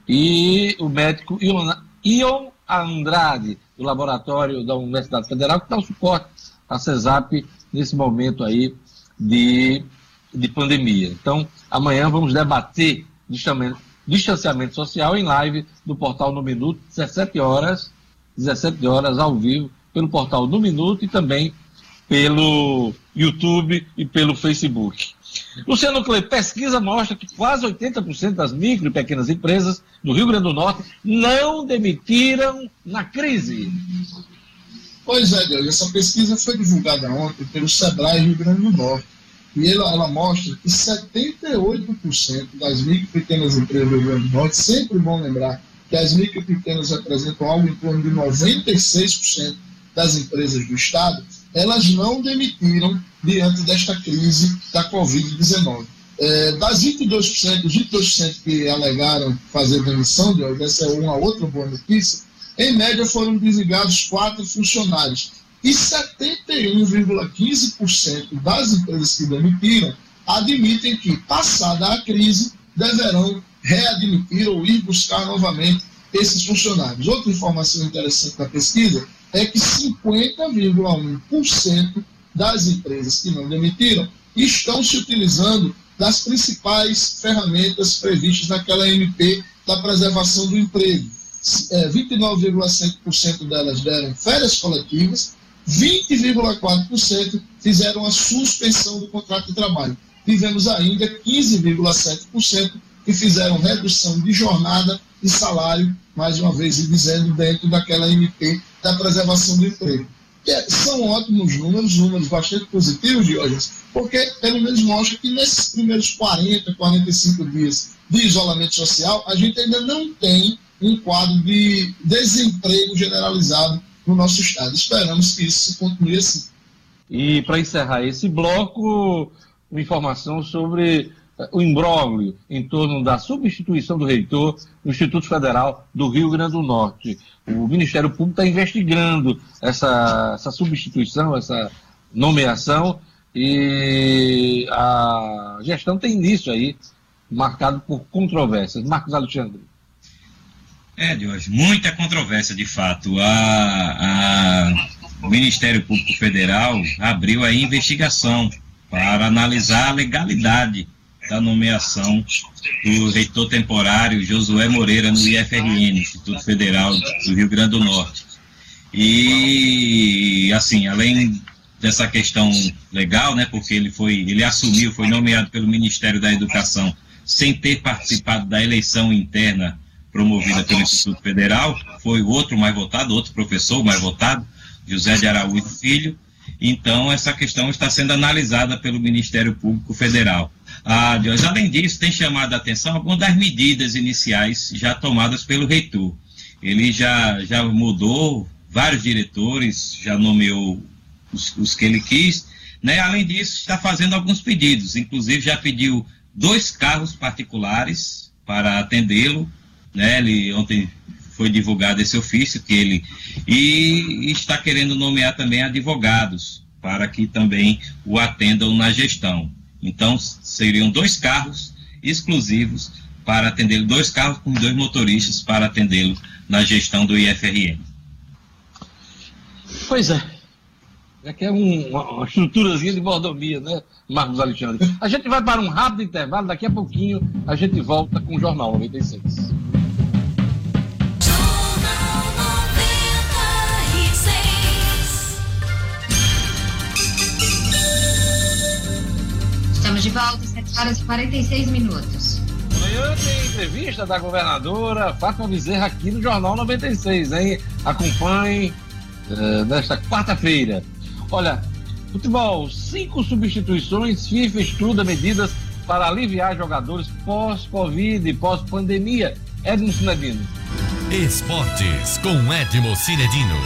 e o médico Ion Andrade, do laboratório da Universidade Federal, que dá o suporte à CESAP nesse momento aí de pandemia. Então, amanhã vamos debater justamente distanciamento social em live do portal No Minuto, 17 horas ao vivo, pelo portal No Minuto e também pelo YouTube e pelo Facebook. Luciano Kleber, pesquisa mostra que quase 80% das micro e pequenas empresas do Rio Grande do Norte não demitiram na crise. Pois é, Deus, essa pesquisa foi divulgada ontem pelo Sebrae Rio Grande do Norte. E ela mostra que 78% das micro e pequenas empresas do Rio Grande do Norte, sempre bom lembrar que as micro e pequenas representam algo em torno de 96% das empresas do Estado, elas não demitiram diante desta crise da Covid-19. Das 22%, os 22% que alegaram fazer demissão, Deus, essa é uma outra boa notícia, em média foram desligados 4 funcionários. E 71,15% das empresas que demitiram admitem que, passada a crise, deverão readmitir ou ir buscar novamente esses funcionários. Outra informação interessante da pesquisa é que 50,1% das empresas que não demitiram estão se utilizando das principais ferramentas previstas naquela MP da preservação do emprego. 29,7% delas deram férias coletivas, 20,4% fizeram a suspensão do contrato de trabalho. Tivemos ainda 15,7% que fizeram redução de jornada e salário, mais uma vez dizendo, dentro daquela MP da preservação do emprego. São ótimos números bastante positivos, Diógenes, porque pelo menos mostra que nesses primeiros 40, 45 dias de isolamento social, a gente ainda não tem um quadro de desemprego generalizado no nosso estado. Esperamos que isso continue assim. E para encerrar esse bloco, uma informação sobre o imbróglio em torno da substituição do reitor no Instituto Federal do Rio Grande do Norte. O Ministério Público está investigando essa substituição, essa nomeação, e a gestão tem início aí, marcado por controvérsias. Marcos Alexandre. Hoje, muita controvérsia, de fato. O Ministério Público Federal abriu a investigação para analisar a legalidade da nomeação do reitor temporário Josué Moreira no IFRN, Instituto Federal do Rio Grande do Norte. E, assim, além dessa questão legal, né, porque ele foi nomeado pelo Ministério da Educação sem ter participado da eleição interna promovida pelo Instituto Federal, foi o outro mais votado, outro professor mais votado, José de Araújo Filho. Então, essa questão está sendo analisada pelo Ministério Público Federal. Além disso, tem chamado a atenção algumas das medidas iniciais já tomadas pelo reitor. Ele já mudou vários diretores, já nomeou os que ele quis, né? Além disso, está fazendo alguns pedidos, inclusive já pediu 2 carros particulares para atendê-lo, né? Ontem foi divulgado esse ofício e está querendo nomear também advogados para que também o atendam na gestão. Então, seriam 2 carros exclusivos para atendê-lo, 2 carros com 2 motoristas para atendê-lo na gestão do IFRN. Pois é. Aqui é uma estruturazinha de mordomia, né, Marcos Alexandre? A gente vai para um rápido intervalo, daqui a pouquinho a gente volta com o Jornal 96. Estamos de volta, 7 horas e 46 minutos. Amanhã tem entrevista da governadora Fátima Bezerra aqui no Jornal 96, hein? Acompanhe nesta quarta-feira. Olha, futebol, 5 substituições, FIFA estuda medidas para aliviar jogadores pós-Covid, pós-pandemia. Edmo Cinedino. Esportes com Edmo Cinedino.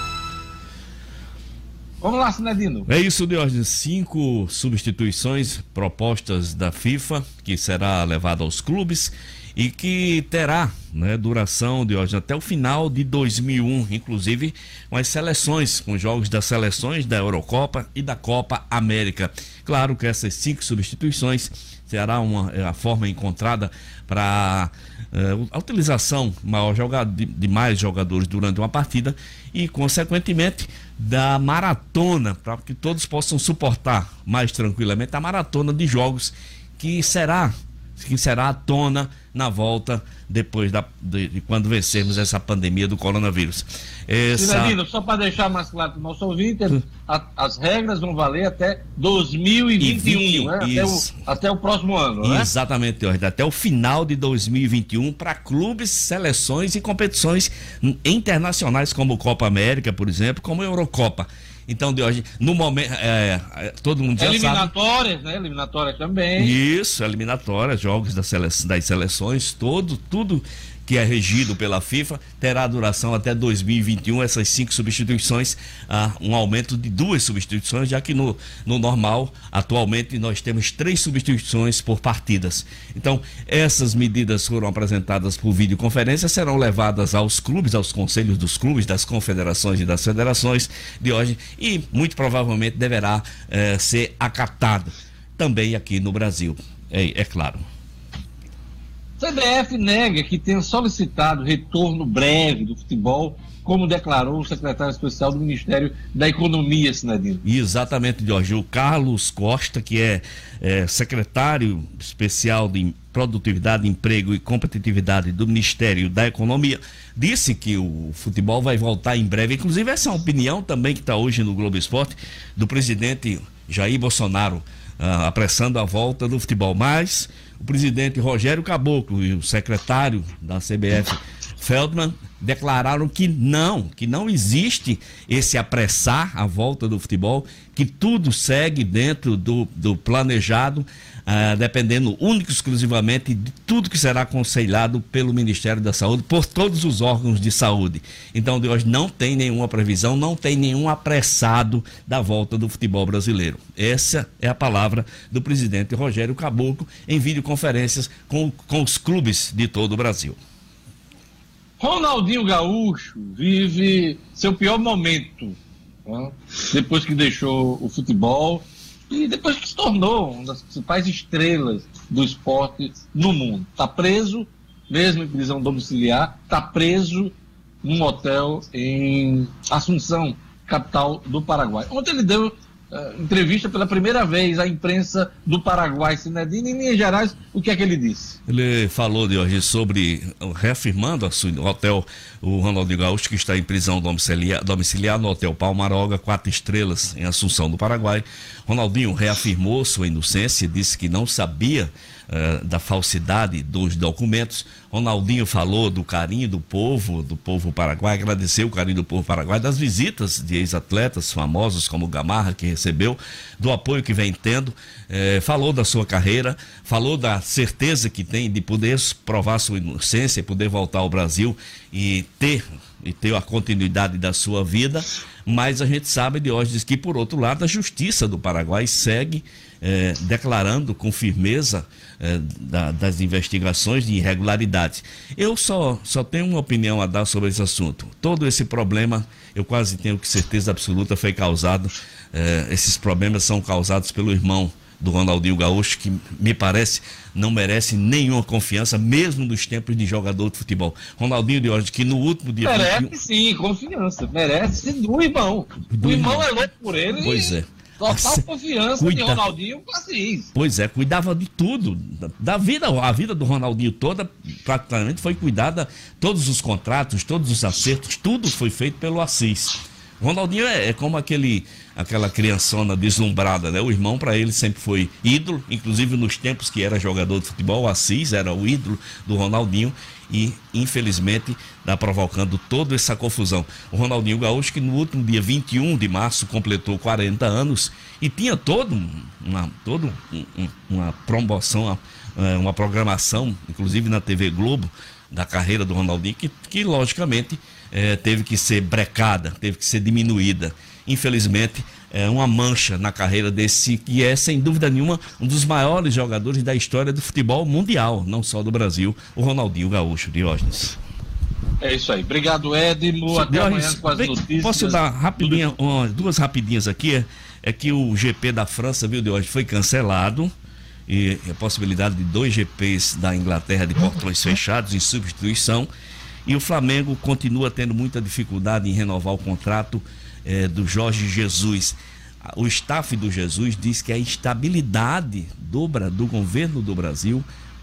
Vamos lá, Cinedino. É isso, Diógenes. 5 substituições propostas da FIFA, que será levada aos clubes e que terá, né, duração, Diógenes, até o final de 2001, inclusive com as seleções, com jogos das seleções da Eurocopa e da Copa América. Claro que essas 5 substituições será a forma encontrada para a utilização maior de mais jogadores durante uma partida e, consequentemente, da maratona, para que todos possam suportar mais tranquilamente a maratona de jogos que será à tona na volta depois de quando vencermos essa pandemia do coronavírus. Sinedino, só para deixar mais claro para o nosso ouvinte, as regras vão valer até 2021, né? Até o próximo ano, né? Exatamente, até o final de 2021 para clubes, seleções e competições internacionais como Copa América, por exemplo, como Eurocopa. Então, de hoje, no momento, todo mundo já eliminatórias, né? Eliminatórias também. Isso, eliminatórias, jogos das seleções, tudo que é regido pela FIFA, terá duração até 2021, essas 5 substituições, um aumento de 2 substituições, já que no normal, atualmente, nós temos 3 substituições por partidas. Então, essas medidas foram apresentadas por videoconferência, serão levadas aos clubes, aos conselhos dos clubes, das confederações e das federações de hoje, e muito provavelmente deverá ser acatado também aqui no Brasil, é claro. CBF nega que tenha solicitado retorno breve do futebol, como declarou o secretário especial do Ministério da Economia, Sinedino. Exatamente, Jorge. O Carlos Costa, que é secretário especial de Produtividade, Emprego e Competitividade do Ministério da Economia, disse que o futebol vai voltar em breve. Inclusive, essa é uma opinião também que está hoje no Globo Esporte, do presidente Jair Bolsonaro, apressando a volta do futebol. Mas o presidente Rogério Caboclo e o secretário da CBF, Feldman, declararam que não existe esse apressar a volta do futebol, que tudo segue dentro do planejado, dependendo único e exclusivamente de tudo que será aconselhado pelo Ministério da Saúde, por todos os órgãos de saúde. Então, de hoje não tem nenhuma previsão, não tem nenhum apressado da volta do futebol brasileiro. Essa é a palavra do presidente Rogério Caboclo em videoconferências com os clubes de todo o Brasil. Ronaldinho Gaúcho vive seu pior momento, né? Depois que deixou o futebol e depois que se tornou uma das principais estrelas do esporte no mundo. Está preso, mesmo em prisão domiciliar, está preso num hotel em Assunção, capital do Paraguai. Ontem ele deu entrevista pela primeira vez à imprensa do Paraguai, Sinedino. Em linhas gerais, o que é que ele disse? Ele falou de hoje sobre, reafirmando o hotel, o Ronaldinho Gaúcho, que está em prisão domiciliar no Hotel Palmaroga, 4 estrelas, em Assunção do Paraguai. Ronaldinho reafirmou sua inocência, disse que não sabia da falsidade dos documentos. Ronaldinho falou do carinho do povo paraguai, agradeceu o carinho do povo paraguai, das visitas de ex-atletas famosos como Gamarra, que recebeu, do apoio que vem tendo, falou da sua carreira, falou da certeza que tem de poder provar sua inocência, poder voltar ao Brasil e ter a continuidade da sua vida. Mas a gente sabe de hoje que, por outro lado, a Justiça do Paraguai segue declarando com firmeza das investigações de irregularidades. Eu só tenho uma opinião a dar sobre esse assunto. Todo esse problema, eu quase tenho certeza absoluta, foi causado, esses problemas são causados pelo irmão do Ronaldinho Gaúcho, que me parece não merece nenhuma confiança, mesmo nos tempos de jogador de futebol. Ronaldinho de hoje, que no último dia... Merece sim, confiança, merece do irmão. O irmão é louco por ele. Pois é. Total confiança de Ronaldinho assim. Pois é, cuidava de tudo, da vida, a vida do Ronaldinho toda praticamente foi cuidada, todos os contratos, todos os acertos, tudo foi feito pelo Assis. O Ronaldinho é como aquela criançona deslumbrada, né? O irmão para ele sempre foi ídolo, inclusive nos tempos que era jogador de futebol, o Assis era o ídolo do Ronaldinho e infelizmente está provocando toda essa confusão. O Ronaldinho Gaúcho, que no último dia 21 de março completou 40 anos e tinha toda uma promoção, uma programação, inclusive na TV Globo, da carreira do Ronaldinho, que logicamente teve que ser brecada, teve que ser diminuída. Infelizmente, é uma mancha na carreira desse, que é, sem dúvida nenhuma, um dos maiores jogadores da história do futebol mundial, não só do Brasil, o Ronaldinho Gaúcho, Diógenes. É isso aí. Obrigado, Edmo. Até amanhã com as notícias. Posso dar duas rapidinhas aqui? É que o GP da França, viu, Diógenes, foi cancelado. E a possibilidade de 2 GPs da Inglaterra de portões fechados em substituição. E o Flamengo continua tendo muita dificuldade em renovar o contrato do Jorge Jesus. O staff do Jesus diz que a instabilidade do governo do Brasil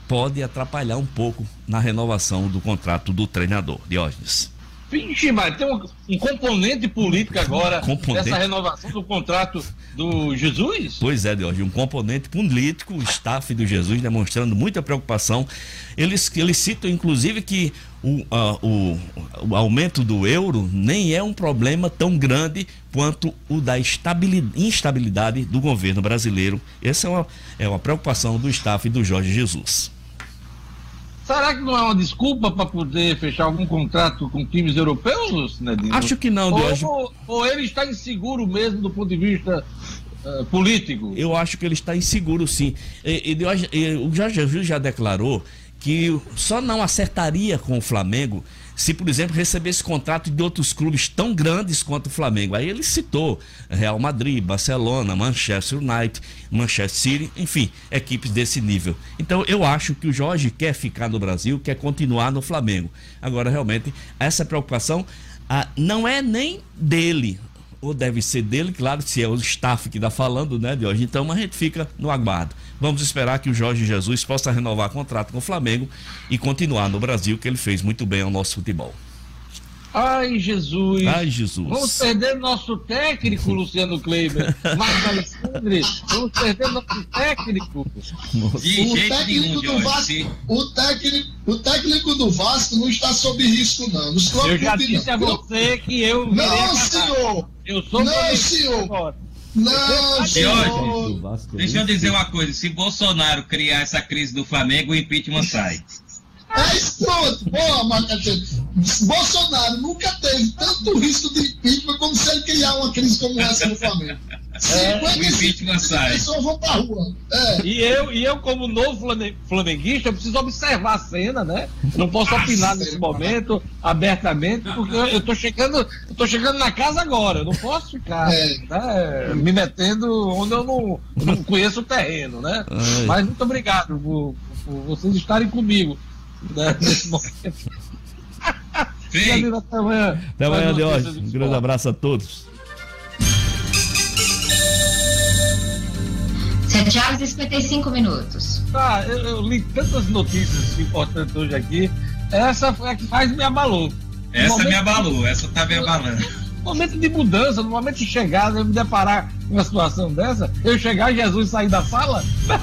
pode atrapalhar um pouco na renovação do contrato do treinador. Diógenes. Vixe, mas tem um componente político agora nessa renovação do contrato do Jesus? Pois é, Diógenes, um componente político, o staff do Jesus demonstrando muita preocupação. Eles citam, inclusive, que o aumento do euro nem é um problema tão grande quanto o da instabilidade do governo brasileiro. Essa é uma preocupação do staff do Jorge Jesus. Será que não é uma desculpa para poder fechar algum contrato com times europeus, Nedinho? Acho que não, Diógenes. Ou ele está inseguro mesmo do ponto de vista político? Eu acho que ele está inseguro, sim. O Jorge Jesus já declarou que só não acertaria com o Flamengo se, por exemplo, recebesse contrato de outros clubes tão grandes quanto o Flamengo. Aí ele citou Real Madrid, Barcelona, Manchester United, Manchester City, enfim, equipes desse nível. Então eu acho que o Jorge quer ficar no Brasil, quer continuar no Flamengo. Agora, realmente, essa preocupação não é nem dele, ou deve ser dele, claro, se é o staff que está falando, né, de hoje. Então a gente fica no aguardo. Vamos esperar que o Jorge Jesus possa renovar contrato com o Flamengo e continuar no Brasil, que ele fez muito bem ao nosso futebol. Ai, Jesus. Ai, Jesus. Vamos perder nosso técnico, Luciano Kleiber. Marcos Alexandre, vamos perder nosso técnico. O técnico do Vasco não está sob risco, não. Eu já disse a você que eu virei Não, senhor. Eu sou Não, senhor. agora. Não, senhor. Deixa eu dizer uma coisa, se Bolsonaro criar essa crise do Flamengo, o impeachment sai. Pronto, boa, Marcos. Bolsonaro nunca teve tanto risco de impeachment como se ele criar uma crise como essa no Flamengo. O impeachment sai. Pessoas vão pra rua. E eu, como novo flamenguista, eu preciso observar a cena, né? Não posso opinar nesse momento abertamente, porque eu tô chegando na casa agora. Eu não posso ficar né, me metendo onde eu não conheço o terreno, né? Mas muito obrigado por vocês estarem comigo, né, nesse momento. Até amanhã, Diógenes. Um grande abraço a todos. 7h55. Eu li tantas notícias importantes hoje aqui. Essa foi a que mais me abalou. Essa tá me abalando. No momento de mudança, no momento de chegada, eu me deparar com uma situação dessa, eu chegar e Jesus sair da sala.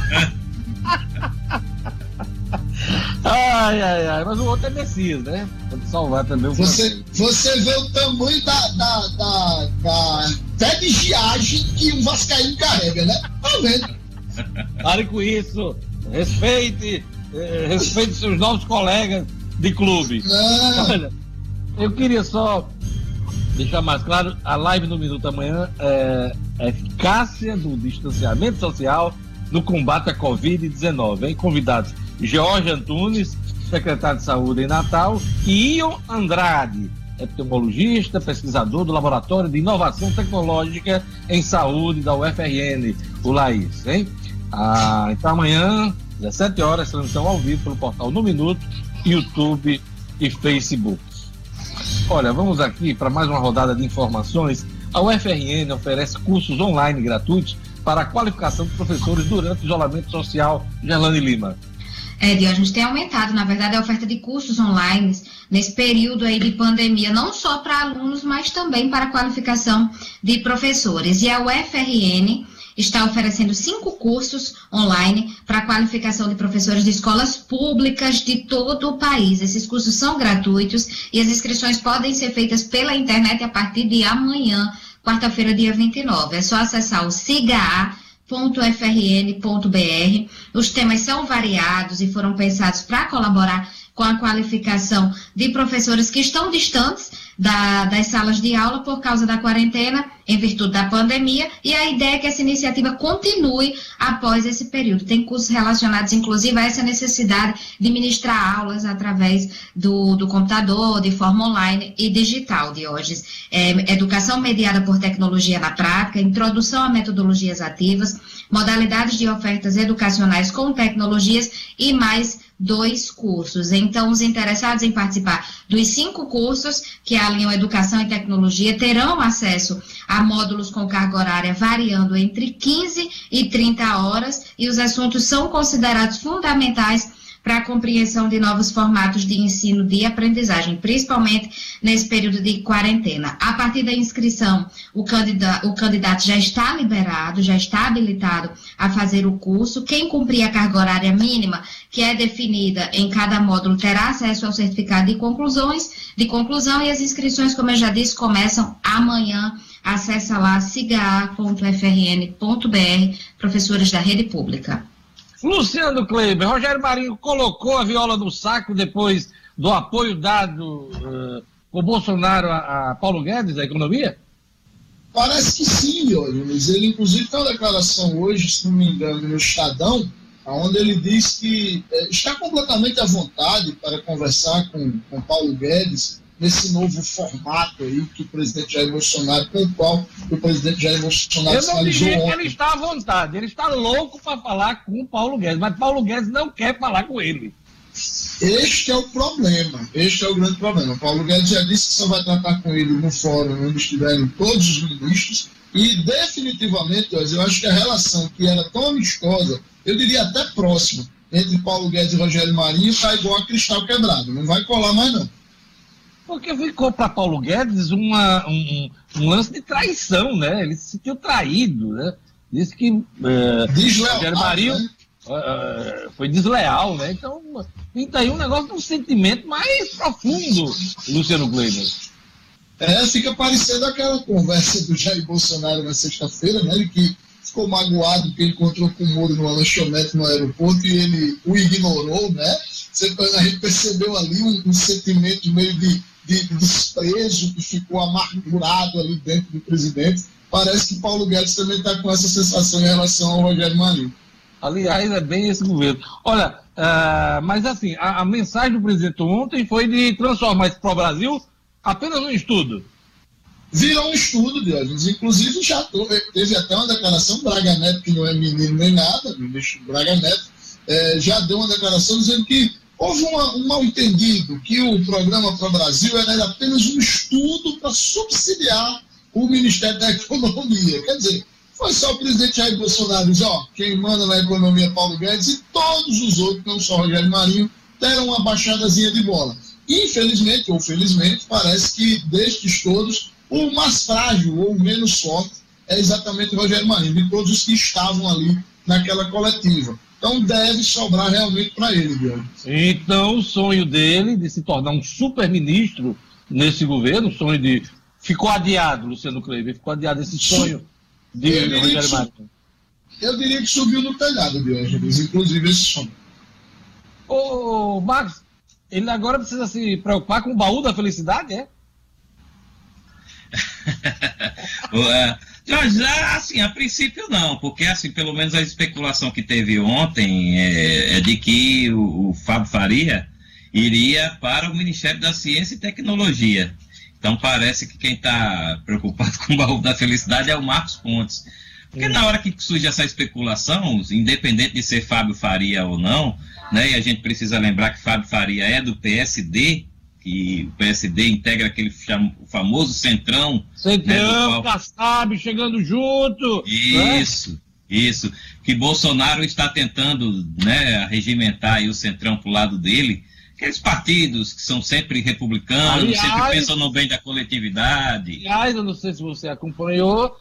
Ai, mas o outro é Messias, né? Pode salvar também o Você vê o tamanho da fé de viagem que o vascaíno carrega, né? Tá vendo? Pare com isso. Respeite seus novos colegas de clube. Olha, eu queria só deixar mais claro, a live no Minuto amanhã é a eficácia do distanciamento social no combate à Covid-19, hein? Convidados Jorge Antunes, secretário de Saúde em Natal, e Ion Andrade, epidemiologista, pesquisador do Laboratório de Inovação Tecnológica em Saúde da UFRN, o LAIS, hein? Então amanhã, 17 horas, transmissão ao vivo pelo portal No Minuto, YouTube e Facebook. Olha, vamos aqui para mais uma rodada de informações. A UFRN oferece cursos online gratuitos para a qualificação de professores durante o isolamento social. Gerlane Lima. Diógenes, tem aumentado, na verdade, a oferta de cursos online nesse período aí de pandemia, não só para alunos, mas também para a qualificação de professores. E a UFRN está oferecendo 5 cursos online para a qualificação de professores de escolas públicas de todo o país. Esses cursos são gratuitos e as inscrições podem ser feitas pela internet a partir de amanhã, quarta-feira, dia 29. É só acessar o siga.frn.br. Os temas são variados e foram pensados para colaborar com a qualificação de professores que estão distantes das salas de aula por causa da quarentena, em virtude da pandemia, e a ideia é que essa iniciativa continue após esse período. Tem cursos relacionados, inclusive, a essa necessidade de ministrar aulas através do computador, de forma online e digital, Diógenes. Educação mediada por tecnologia na prática, introdução a metodologias ativas, modalidades de ofertas educacionais com tecnologias e mais 2 cursos. Então, os interessados em participar dos 5 cursos que alinham educação e tecnologia terão acesso a módulos com carga horária variando entre 15 e 30 horas, e os assuntos são considerados fundamentais para a compreensão de novos formatos de ensino de aprendizagem, principalmente nesse período de quarentena. A partir da inscrição, o candidato já está liberado, já está habilitado a fazer o curso. Quem cumprir a carga horária mínima, que é definida em cada módulo, terá acesso ao certificado de conclusão, e as inscrições, como eu já disse, começam amanhã. Acesse lá cigaa.frn.br, professores da rede pública. Luciano Kleber, Rogério Marinho colocou a viola no saco depois do apoio dado por Bolsonaro a Paulo Guedes, da economia? Parece que sim, Diógenes. Ele, inclusive, tem uma declaração hoje, se não me engano, no Estadão, onde ele diz que está completamente à vontade para conversar com Paulo Guedes nesse novo formato aí que o presidente Jair Bolsonaro, com o qual o presidente Jair Bolsonaro sinalizou ontem. Eu não diria que ele está à vontade, ele está louco para falar com o Paulo Guedes, mas Paulo Guedes não quer falar com ele. Este é o problema, este é o grande problema. Paulo Guedes já disse que só vai tratar com ele no fórum onde estiverem todos os ministros, e definitivamente, eu acho que a relação que era tão amistosa, eu diria até próxima, entre Paulo Guedes e Rogério Marinho, está igual a cristal quebrado, não vai colar mais não. Porque ficou para Paulo Guedes um lance de traição, né? Ele se sentiu traído, né? Disse que Rogério Marinho, né? Foi desleal, né? Então aí um negócio de um sentimento mais profundo, Luciano Kleber. Fica parecendo aquela conversa do Jair Bolsonaro na sexta-feira, né? Ele que ficou magoado porque encontrou com o Moro numa lanchonete no aeroporto e ele o ignorou, né? A gente percebeu ali um sentimento meio de desprezo que ficou amargurado ali dentro do presidente. Parece que Paulo Guedes também está com essa sensação em relação ao Rogério Marinho. Aliás, é bem esse governo. Olha, mas assim, a mensagem do presidente ontem foi de transformar esse Pro-Brasil apenas num estudo. Virou um estudo, Diógenes. Inclusive, já teve até uma declaração, Braga Neto, que não é menino nem nada, o ministro Braga Neto, já deu uma declaração dizendo que houve um mal-entendido, que o programa Pro-Brasil era apenas um estudo para subsidiar o Ministério da Economia. Quer dizer, foi só o presidente Jair Bolsonaro dizer, quem manda na economia é Paulo Guedes, e todos os outros, não só Rogério Marinho, deram uma baixadazinha de bola. Infelizmente, ou felizmente, parece que destes todos, o mais frágil ou o menos forte é exatamente o Rogério Marinho, de todos os que estavam ali naquela coletiva. Então deve sobrar realmente para ele, Guilherme. Então o sonho dele de se tornar um super-ministro nesse governo, o sonho de... Ficou adiado, Luciano Kleber, ficou adiado esse sonho de Rogério Marinho. Eu diria que subiu no telhado, Diógenes, inclusive esse sonho. Ô, Marcos, ele agora precisa se preocupar com o baú da felicidade, é? Assim, a princípio não, porque assim, pelo menos a especulação que teve ontem é de que o Fábio Faria iria para o Ministério da Ciência e Tecnologia. Então parece que quem está preocupado com o baú da felicidade é o Marcos Pontes. Porque na hora que surge essa especulação, independente de ser Fábio Faria ou não, né, e a gente precisa lembrar que Fábio Faria é do PSD, que o PSD integra aquele famoso Centrão. Centrão, Kassab, chegando junto. Isso. Que Bolsonaro está tentando, né, regimentar aí o Centrão para o lado dele. Aqueles partidos que são sempre republicanos, sempre pensam no bem da coletividade. Aliás, eu não sei se você acompanhou,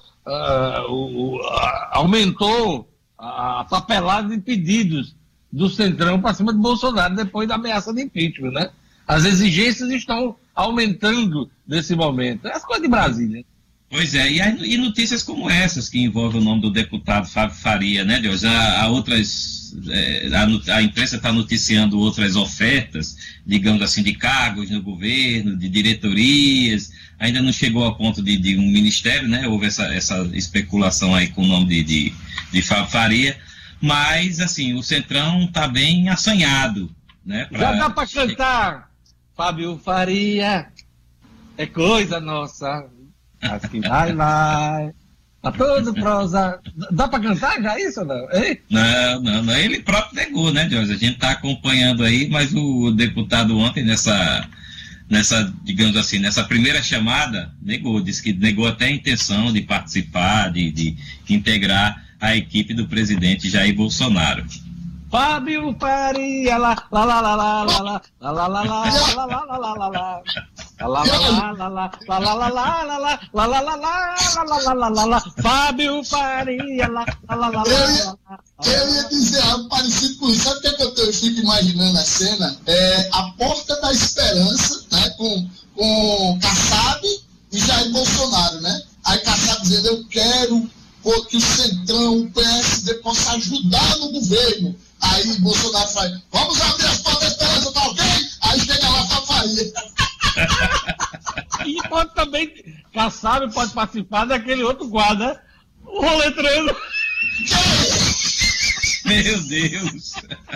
aumentou a papelada de pedidos do Centrão para cima de Bolsonaro depois da ameaça de impeachment, né? As exigências estão aumentando nesse momento. É as coisas de Brasília. Pois é, e notícias como essas que envolvem o nome do deputado Fábio Faria, né, Deus? Há outras, a imprensa está noticiando outras ofertas, digamos assim, de cargos no governo, de diretorias, ainda não chegou ao ponto de um ministério, né? Houve essa especulação aí com o nome de Fábio Faria, mas, assim, o Centrão está bem assanhado, né? Já dá para cantar, Fábio Faria, é coisa nossa... Acho que vai lá, tá todo prosa. Dá pra cantar já isso ou não? Ei? Não, ele próprio negou, né, Jorge? A gente tá acompanhando aí, mas o deputado ontem nessa, digamos assim, nessa primeira chamada, disse que negou até a intenção de participar, de integrar a equipe do presidente Jair Bolsonaro. Fábio Faria, lá, lá, lá, lá, lá, lá, lá, lá, lá, lá, lá, lá, lá, lá, lá, lá, lá. Fábio Faria, lá, lá, lá, lá, lá. Eu ia dizer algo parecido com isso. Sabe o que eu fico imaginando a cena? A Porta da Esperança, né? Com Kassab e Jair Bolsonaro, né? Aí Kassab dizendo, eu quero que o Centrão, o PSD possa ajudar no governo. Aí Bolsonaro faz, vamos abrir as portas da esperança, tá ok? Aí chega lá Faria. E pode também, Kassab pode participar daquele outro quadro, né? O Roletrando. Meu Deus.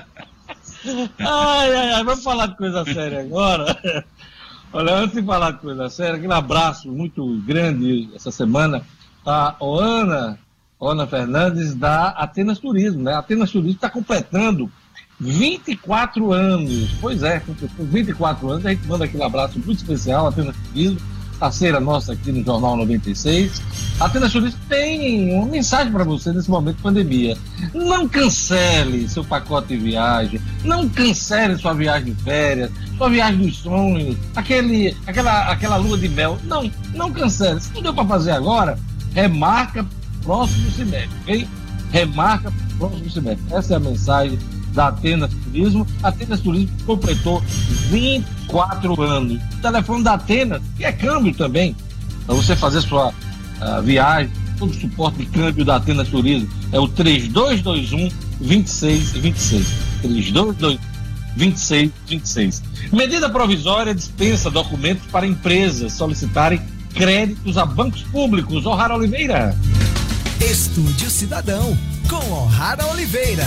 Ai, vamos falar de coisa séria agora. Olha, antes de falar de coisa séria, aquele abraço muito grande essa semana a Ana Fernandes da Atenas Turismo, né? A Atenas Turismo está completando 24 anos. Pois é, completou 24 anos. A gente manda aquele abraço muito especial, Atenas Turismo, parceira nossa aqui no Jornal 96. A Atenas Turismo tem uma mensagem para você nesse momento de pandemia. Não cancele seu pacote de viagem, não cancele sua viagem de férias, sua viagem dos sonhos, aquela lua de mel. Não cancele. Se não deu para fazer agora, remarca próximo semestre, ok? Remarca próximo semestre. Essa é a mensagem da Atenas Turismo. A Atenas Turismo completou 24 anos. O telefone da Atenas, que é câmbio também, para você fazer sua viagem, todo o suporte de câmbio da Atenas Turismo, é o 3221-2626. 3221-2626. Medida provisória dispensa documentos para empresas solicitarem créditos a bancos públicos. O'Hara Oliveira. Estúdio Cidadão, com O'Hara Oliveira.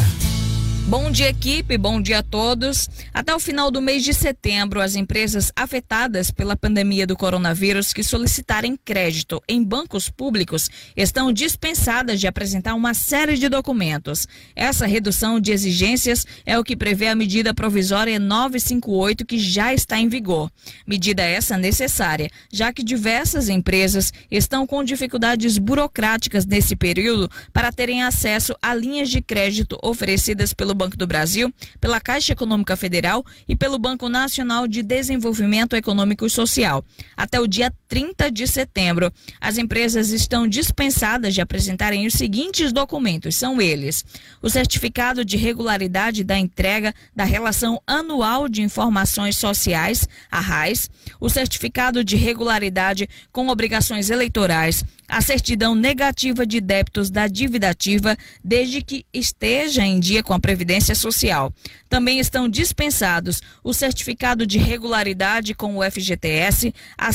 Bom dia, equipe, bom dia a todos. Até o final do mês de setembro, as empresas afetadas pela pandemia do coronavírus que solicitarem crédito em bancos públicos estão dispensadas de apresentar uma série de documentos. Essa redução de exigências é o que prevê a medida provisória 958, que já está em vigor. Medida essa necessária, já que diversas empresas estão com dificuldades burocráticas nesse período para terem acesso a linhas de crédito oferecidas pelo Banco do Brasil, pela Caixa Econômica Federal e pelo Banco Nacional de Desenvolvimento Econômico e Social. Até o dia 30 de setembro, as empresas estão dispensadas de apresentarem os seguintes documentos, são eles: o certificado de regularidade da entrega da Relação Anual de Informações Sociais, a RAIS, o certificado de regularidade com obrigações eleitorais, a certidão negativa de débitos da dívida ativa, desde que esteja em dia com a Previdência Social. Também estão dispensados o certificado de regularidade com o FGTS, a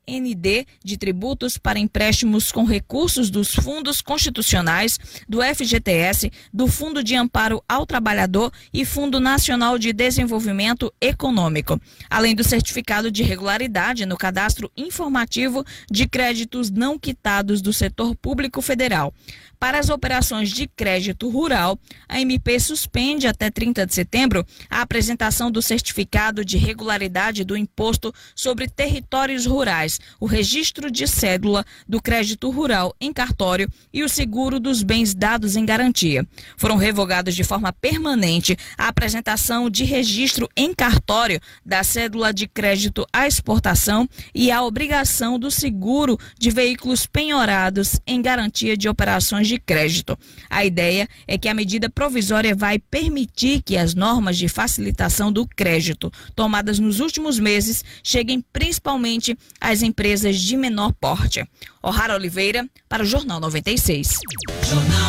CND de tributos para empréstimos com recursos dos fundos constitucionais, do FGTS, do Fundo de Amparo ao Trabalhador e Fundo Nacional de Desenvolvimento Econômico, além do certificado de regularidade no cadastro informativo de créditos não quitados do setor público federal. Para as operações de crédito rural, a MP suspende até 30 de setembro a apresentação do certificado de regularidade do Imposto sobre Territórios Rurais, o registro de cédula do crédito rural em cartório e o seguro dos bens dados em garantia. Foram revogados de forma permanente a apresentação de registro em cartório da cédula de crédito à exportação e a obrigação do seguro de veículos penhorados em garantia de operações de crédito. A ideia é que a medida provisória vai permitir que as normas de facilitação do crédito tomadas nos últimos meses cheguem principalmente às empresas de menor porte. O'Hara Oliveira, para o Jornal 96. Jornal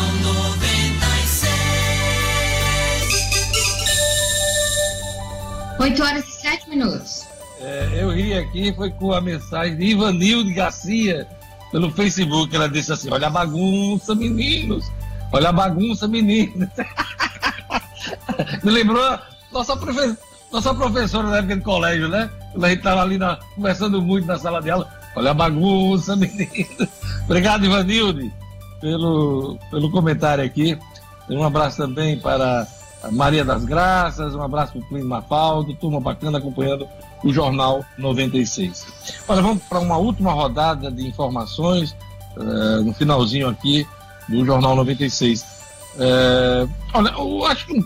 96. 8h07. Eu ri aqui, foi com a mensagem de Ivanilde Garcia pelo Facebook. Ela disse assim: olha a bagunça, meninos, olha a bagunça, meninos. Me lembrou nossa professora na época de colégio, né? Quando a gente estava ali conversando muito na sala de aula. Olha a bagunça, meninos. Obrigado, Ivanilde, pelo comentário aqui. Um abraço também para a Maria das Graças, um abraço para o Plínio Mafaldo, turma bacana acompanhando o Jornal 96. Olha, vamos para uma última rodada de informações no finalzinho aqui do Jornal 96. Olha, eu acho que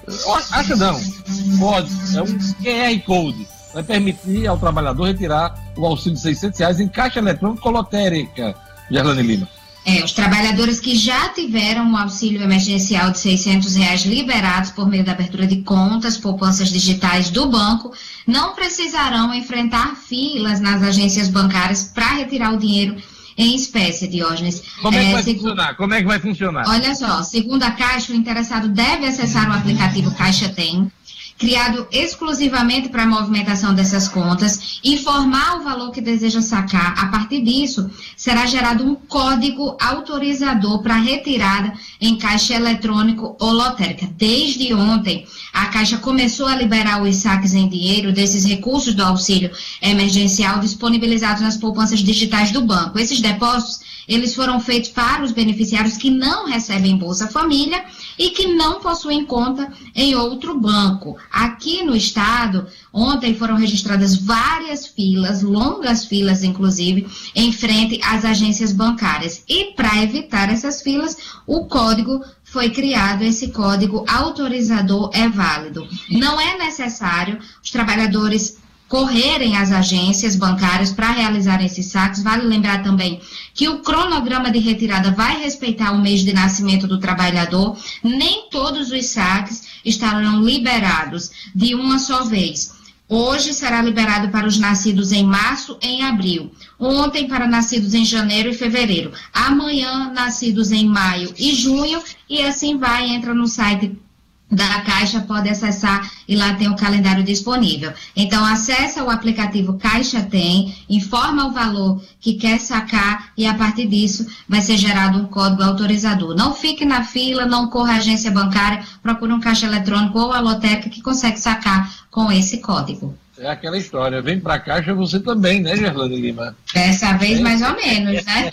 Acha não. Pode. É um QR Code. Vai permitir ao trabalhador retirar o auxílio de R$600 em caixa eletrônica ou lotérica, Gerlane Lima. Os trabalhadores que já tiveram o auxílio emergencial de R$600 liberados por meio da abertura de contas, poupanças digitais do banco, não precisarão enfrentar filas nas agências bancárias para retirar o dinheiro em espécie, Diógenes. Como é que vai funcionar? Como é que vai funcionar? Olha só, segundo a Caixa, o interessado deve acessar o aplicativo Caixa Tem, criado exclusivamente para a movimentação dessas contas, informar o valor que deseja sacar. A partir disso, será gerado um código autorizador para retirada em caixa eletrônico ou lotérica. Desde ontem, a Caixa começou a liberar os saques em dinheiro desses recursos do auxílio emergencial disponibilizados nas poupanças digitais do banco. Esses depósitos, eles foram feitos para os beneficiários que não recebem Bolsa Família e que não possuem conta em outro banco. Aqui no estado, ontem foram registradas várias filas, longas filas inclusive, em frente às agências bancárias. E para evitar essas filas, o código foi criado, esse código autorizador é válido. Não é necessário os trabalhadores correrem às agências bancárias para realizar esses saques. Vale lembrar também que o cronograma de retirada vai respeitar o mês de nascimento do trabalhador. Nem todos os saques estarão liberados de uma só vez. Hoje será liberado para os nascidos em março e em abril. Ontem para nascidos em janeiro e fevereiro. Amanhã nascidos em maio e junho. E assim vai, entra no site da Caixa, pode acessar e lá tem o calendário disponível. Então, acessa o aplicativo Caixa Tem, informa o valor que quer sacar e a partir disso vai ser gerado um código autorizador. Não fique na fila, não corra à agência bancária, procure um caixa eletrônico ou a lotérica que consegue sacar com esse código. É aquela história, vem pra Caixa você também, né, Gerlane Lima? Dessa vez mais ou menos, né?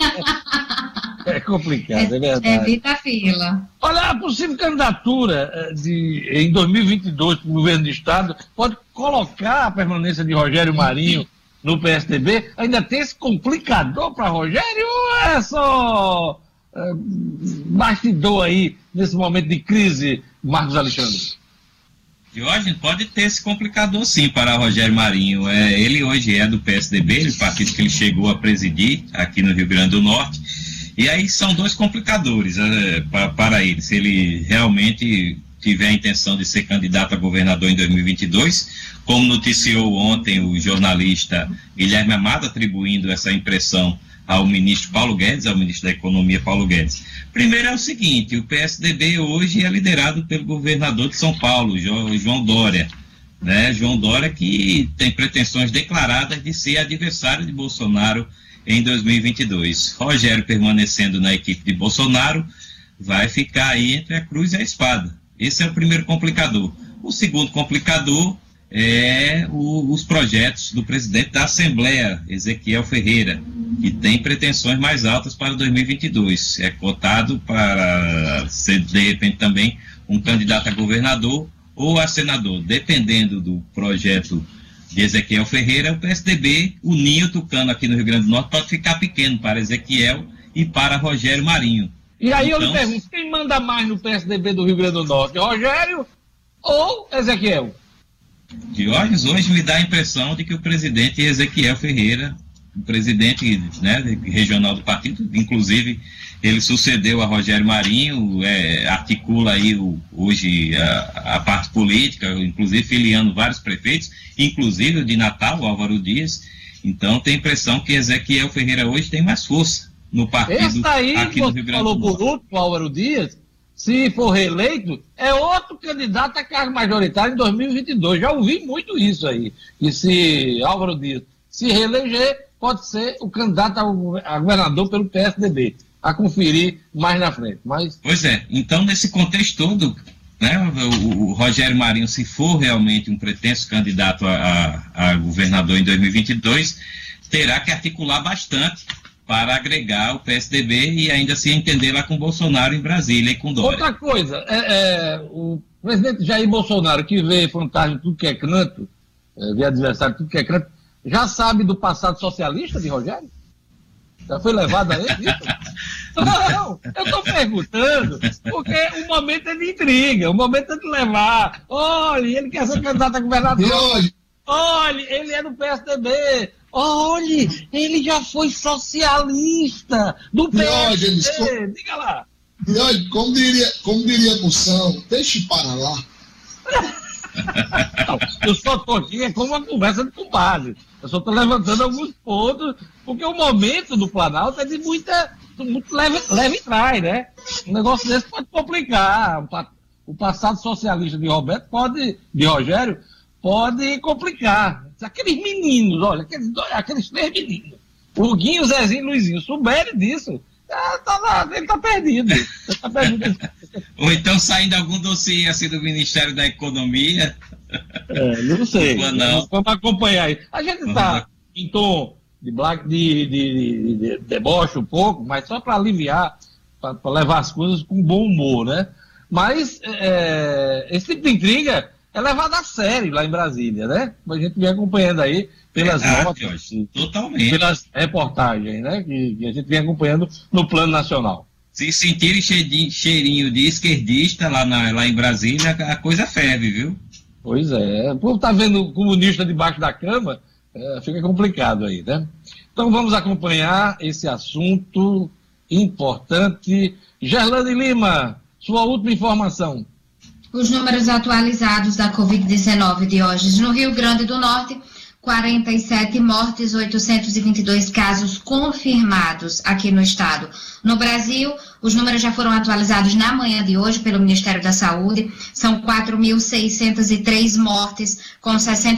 É complicado, é verdade. Evita a fila. Olha, a possível candidatura em 2022 para o governo do Estado pode colocar a permanência de Rogério Marinho no PSDB? Ainda tem esse complicador para Rogério ou é só bastidor aí nesse momento de crise, Marcos Alexandre? Hoje pode ter esse complicador sim para Rogério Marinho. Ele hoje é do PSDB, o partido que ele chegou a presidir aqui no Rio Grande do Norte. E aí são dois complicadores para ele. Se ele realmente tiver a intenção de ser candidato a governador em 2022, como noticiou ontem o jornalista Guilherme Amado, atribuindo essa impressão ao ministro Paulo Guedes, ao ministro da Economia Paulo Guedes. Primeiro é o seguinte, o PSDB hoje é liderado pelo governador de São Paulo, João Dória, né? João Dória que tem pretensões declaradas de ser adversário de Bolsonaro em 2022. Rogério permanecendo na equipe de Bolsonaro vai ficar aí entre a cruz e a espada. Esse é o primeiro complicador. O segundo complicador é os projetos do presidente da Assembleia, Ezequiel Ferreira, que tem pretensões mais altas para 2022. É cotado para ser, de repente, também um candidato a governador ou a senador. Dependendo do projeto de Ezequiel Ferreira, o PSDB, o ninho tucano aqui no Rio Grande do Norte, pode ficar pequeno para Ezequiel e para Rogério Marinho. E aí eu lhe pergunto, quem manda mais no PSDB do Rio Grande do Norte, Rogério ou Ezequiel? Diógenes, hoje me dá a impressão de que o presidente Ezequiel Ferreira, o presidente, né, regional do partido, inclusive ele sucedeu a Rogério Marinho, articula aí hoje a parte política, inclusive filiando vários prefeitos, inclusive o de Natal, o Álvaro Dias. Então tem a impressão que Ezequiel Ferreira hoje tem mais força no partido aqui no Rio Grande do Norte. Falou por último, Álvaro Dias, se for reeleito, é outro candidato a cargo majoritário em 2022. Já ouvi muito isso aí. E se Álvaro Dias se reeleger, pode ser o candidato a governador pelo PSDB. A conferir mais na frente. Pois é. Então, nesse contexto todo, né, o Rogério Marinho, se for realmente um pretenso candidato a governador em 2022, terá que articular bastante para agregar o PSDB e ainda se entender lá com Bolsonaro em Brasília e com Dória. Outra coisa, o presidente Jair Bolsonaro, que vê fantasma tudo que é canto, vê adversário tudo que é canto, já sabe do passado socialista de Rogério? Já foi levado a ele isso? Não, eu estou perguntando porque o momento é de intriga, o momento é de levar. Olha, ele quer ser candidato a governador. Olha, ele é do PSDB. Olha, ele já foi socialista do PSDB. Diga lá. Como diria Moção, deixe para lá. Não, eu só estou aqui, é como uma conversa de compadre. Eu só estou levantando alguns pontos, porque o momento do Planalto é de muito leve e trai, né? Um negócio desse pode complicar. O passado socialista de Rogério pode complicar. Aqueles meninos, olha, aqueles 3 meninos, o Guinho, o Zezinho e o Luizinho, souberem disso, ele tá perdido. Ou então saindo algum dossiê assim do Ministério da Economia. Não sei. Não. Vamos acompanhar aí. A gente está em tom de deboche um pouco, mas só para aliviar, para levar as coisas com bom humor, né? Mas esse tipo de intriga é levado a sério lá em Brasília, né? A gente vem acompanhando aí pelas notas, totalmente, pelas reportagens, né? Que a gente vem acompanhando no plano nacional. Se sentirem cheirinho de esquerdista lá em Brasília, a coisa ferve, viu? Pois é. O povo tá vendo comunista debaixo da cama, fica complicado aí, né? Então vamos acompanhar esse assunto importante. Gerlane Lima, sua última informação. Os números atualizados da Covid-19 de hoje no Rio Grande do Norte: 47 mortes, 822 casos confirmados aqui no estado. No Brasil, os números já foram atualizados na manhã de hoje pelo Ministério da Saúde. São 4.603 mortes, com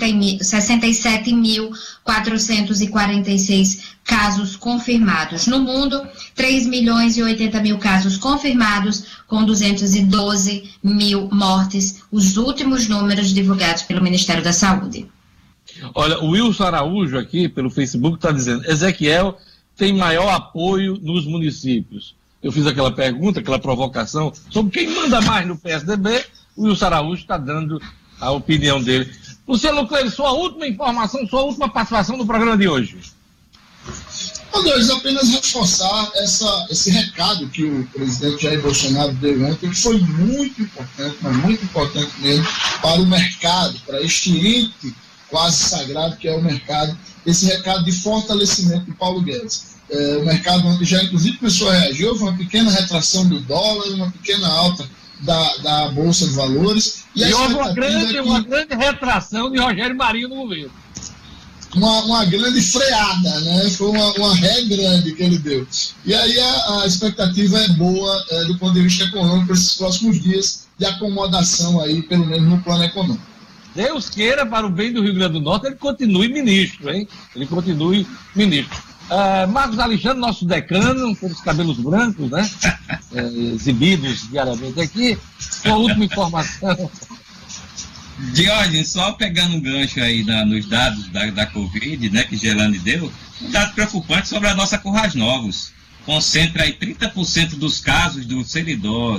67.446 casos confirmados. No mundo, 3.080.000 casos confirmados, com 212 mil mortes, os últimos números divulgados pelo Ministério da Saúde. Olha, o Wilson Araújo aqui pelo Facebook está dizendo: Ezequiel tem maior apoio nos municípios. Eu fiz aquela pergunta, aquela provocação sobre quem manda mais no PSDB. O Wilson Araújo está dando a opinião dele. Luciano Cleide, sua última informação, sua última participação no programa de hoje. Deus, apenas reforçar esse recado que o presidente Jair Bolsonaro deu ontem, que foi muito importante, mas muito importante mesmo para o mercado, para este ente quase sagrado que é o mercado, esse recado de fortalecimento de Paulo Guedes. O mercado ontem já inclusive começou a reagir, houve uma pequena retração do dólar, uma pequena alta da Bolsa de Valores. E houve uma grande retração de Rogério Marinho no governo. Uma grande freada, né? Foi uma ré grande que ele deu. E aí a expectativa é boa do ponto de vista econômico para esses próximos dias de acomodação aí, pelo menos no plano econômico. Deus queira, para o bem do Rio Grande do Norte, ele continue ministro, hein? Ele continue ministro. Marcos Alexandre, nosso decano, com os cabelos brancos, né? Exibidos diariamente aqui. Sua última informação. Diógenes, só pegando um gancho aí nos dados da Covid, né, que Gerlane deu, um dado preocupante sobre a nossa Currais Novos. Concentra aí 30% dos casos do Seridó.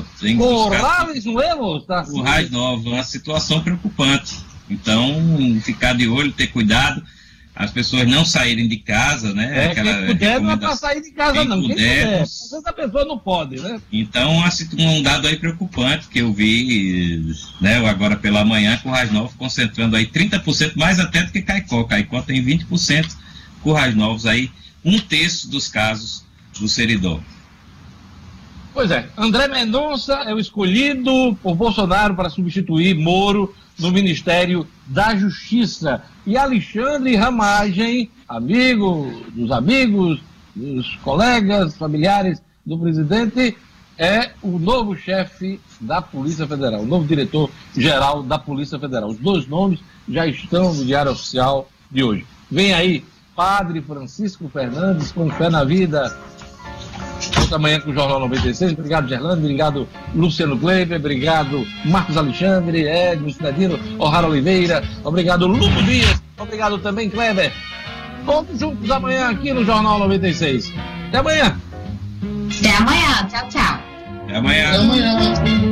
Currais Novos, uma situação preocupante. Então, ficar de olho, ter cuidado, as pessoas não saírem de casa, né? Quem puder não é para sair de casa, não. Quem puder. Às vezes a pessoa não pode, né? Então, um dado aí preocupante que eu vi, né, agora pela manhã, Currais Novos concentrando aí 30%, mais até do que Caicó. Caicó tem 20%, Currais Novos aí, 1/3 dos casos do Seridó. Pois é, André Mendonça é o escolhido por Bolsonaro para substituir Moro no Ministério da Justiça. E Alexandre Ramagem, amigo dos amigos, dos colegas, familiares do presidente, é o novo chefe da Polícia Federal, o novo diretor-geral da Polícia Federal. Os 2 nomes já estão no Diário Oficial de hoje. Vem aí, Padre Francisco Fernandes, com fé na vida. Outra manhã com o Jornal 96. Obrigado, Gerlane. Obrigado, Luciano Kleiber. Obrigado, Marcos Alexandre, Edmo Cidadino, O'Hara Oliveira. Obrigado, Luco Dias. Obrigado também, Kleber. Todos juntos amanhã aqui no Jornal 96. Até amanhã. Até amanhã. Tchau, tchau. Até amanhã. Até amanhã.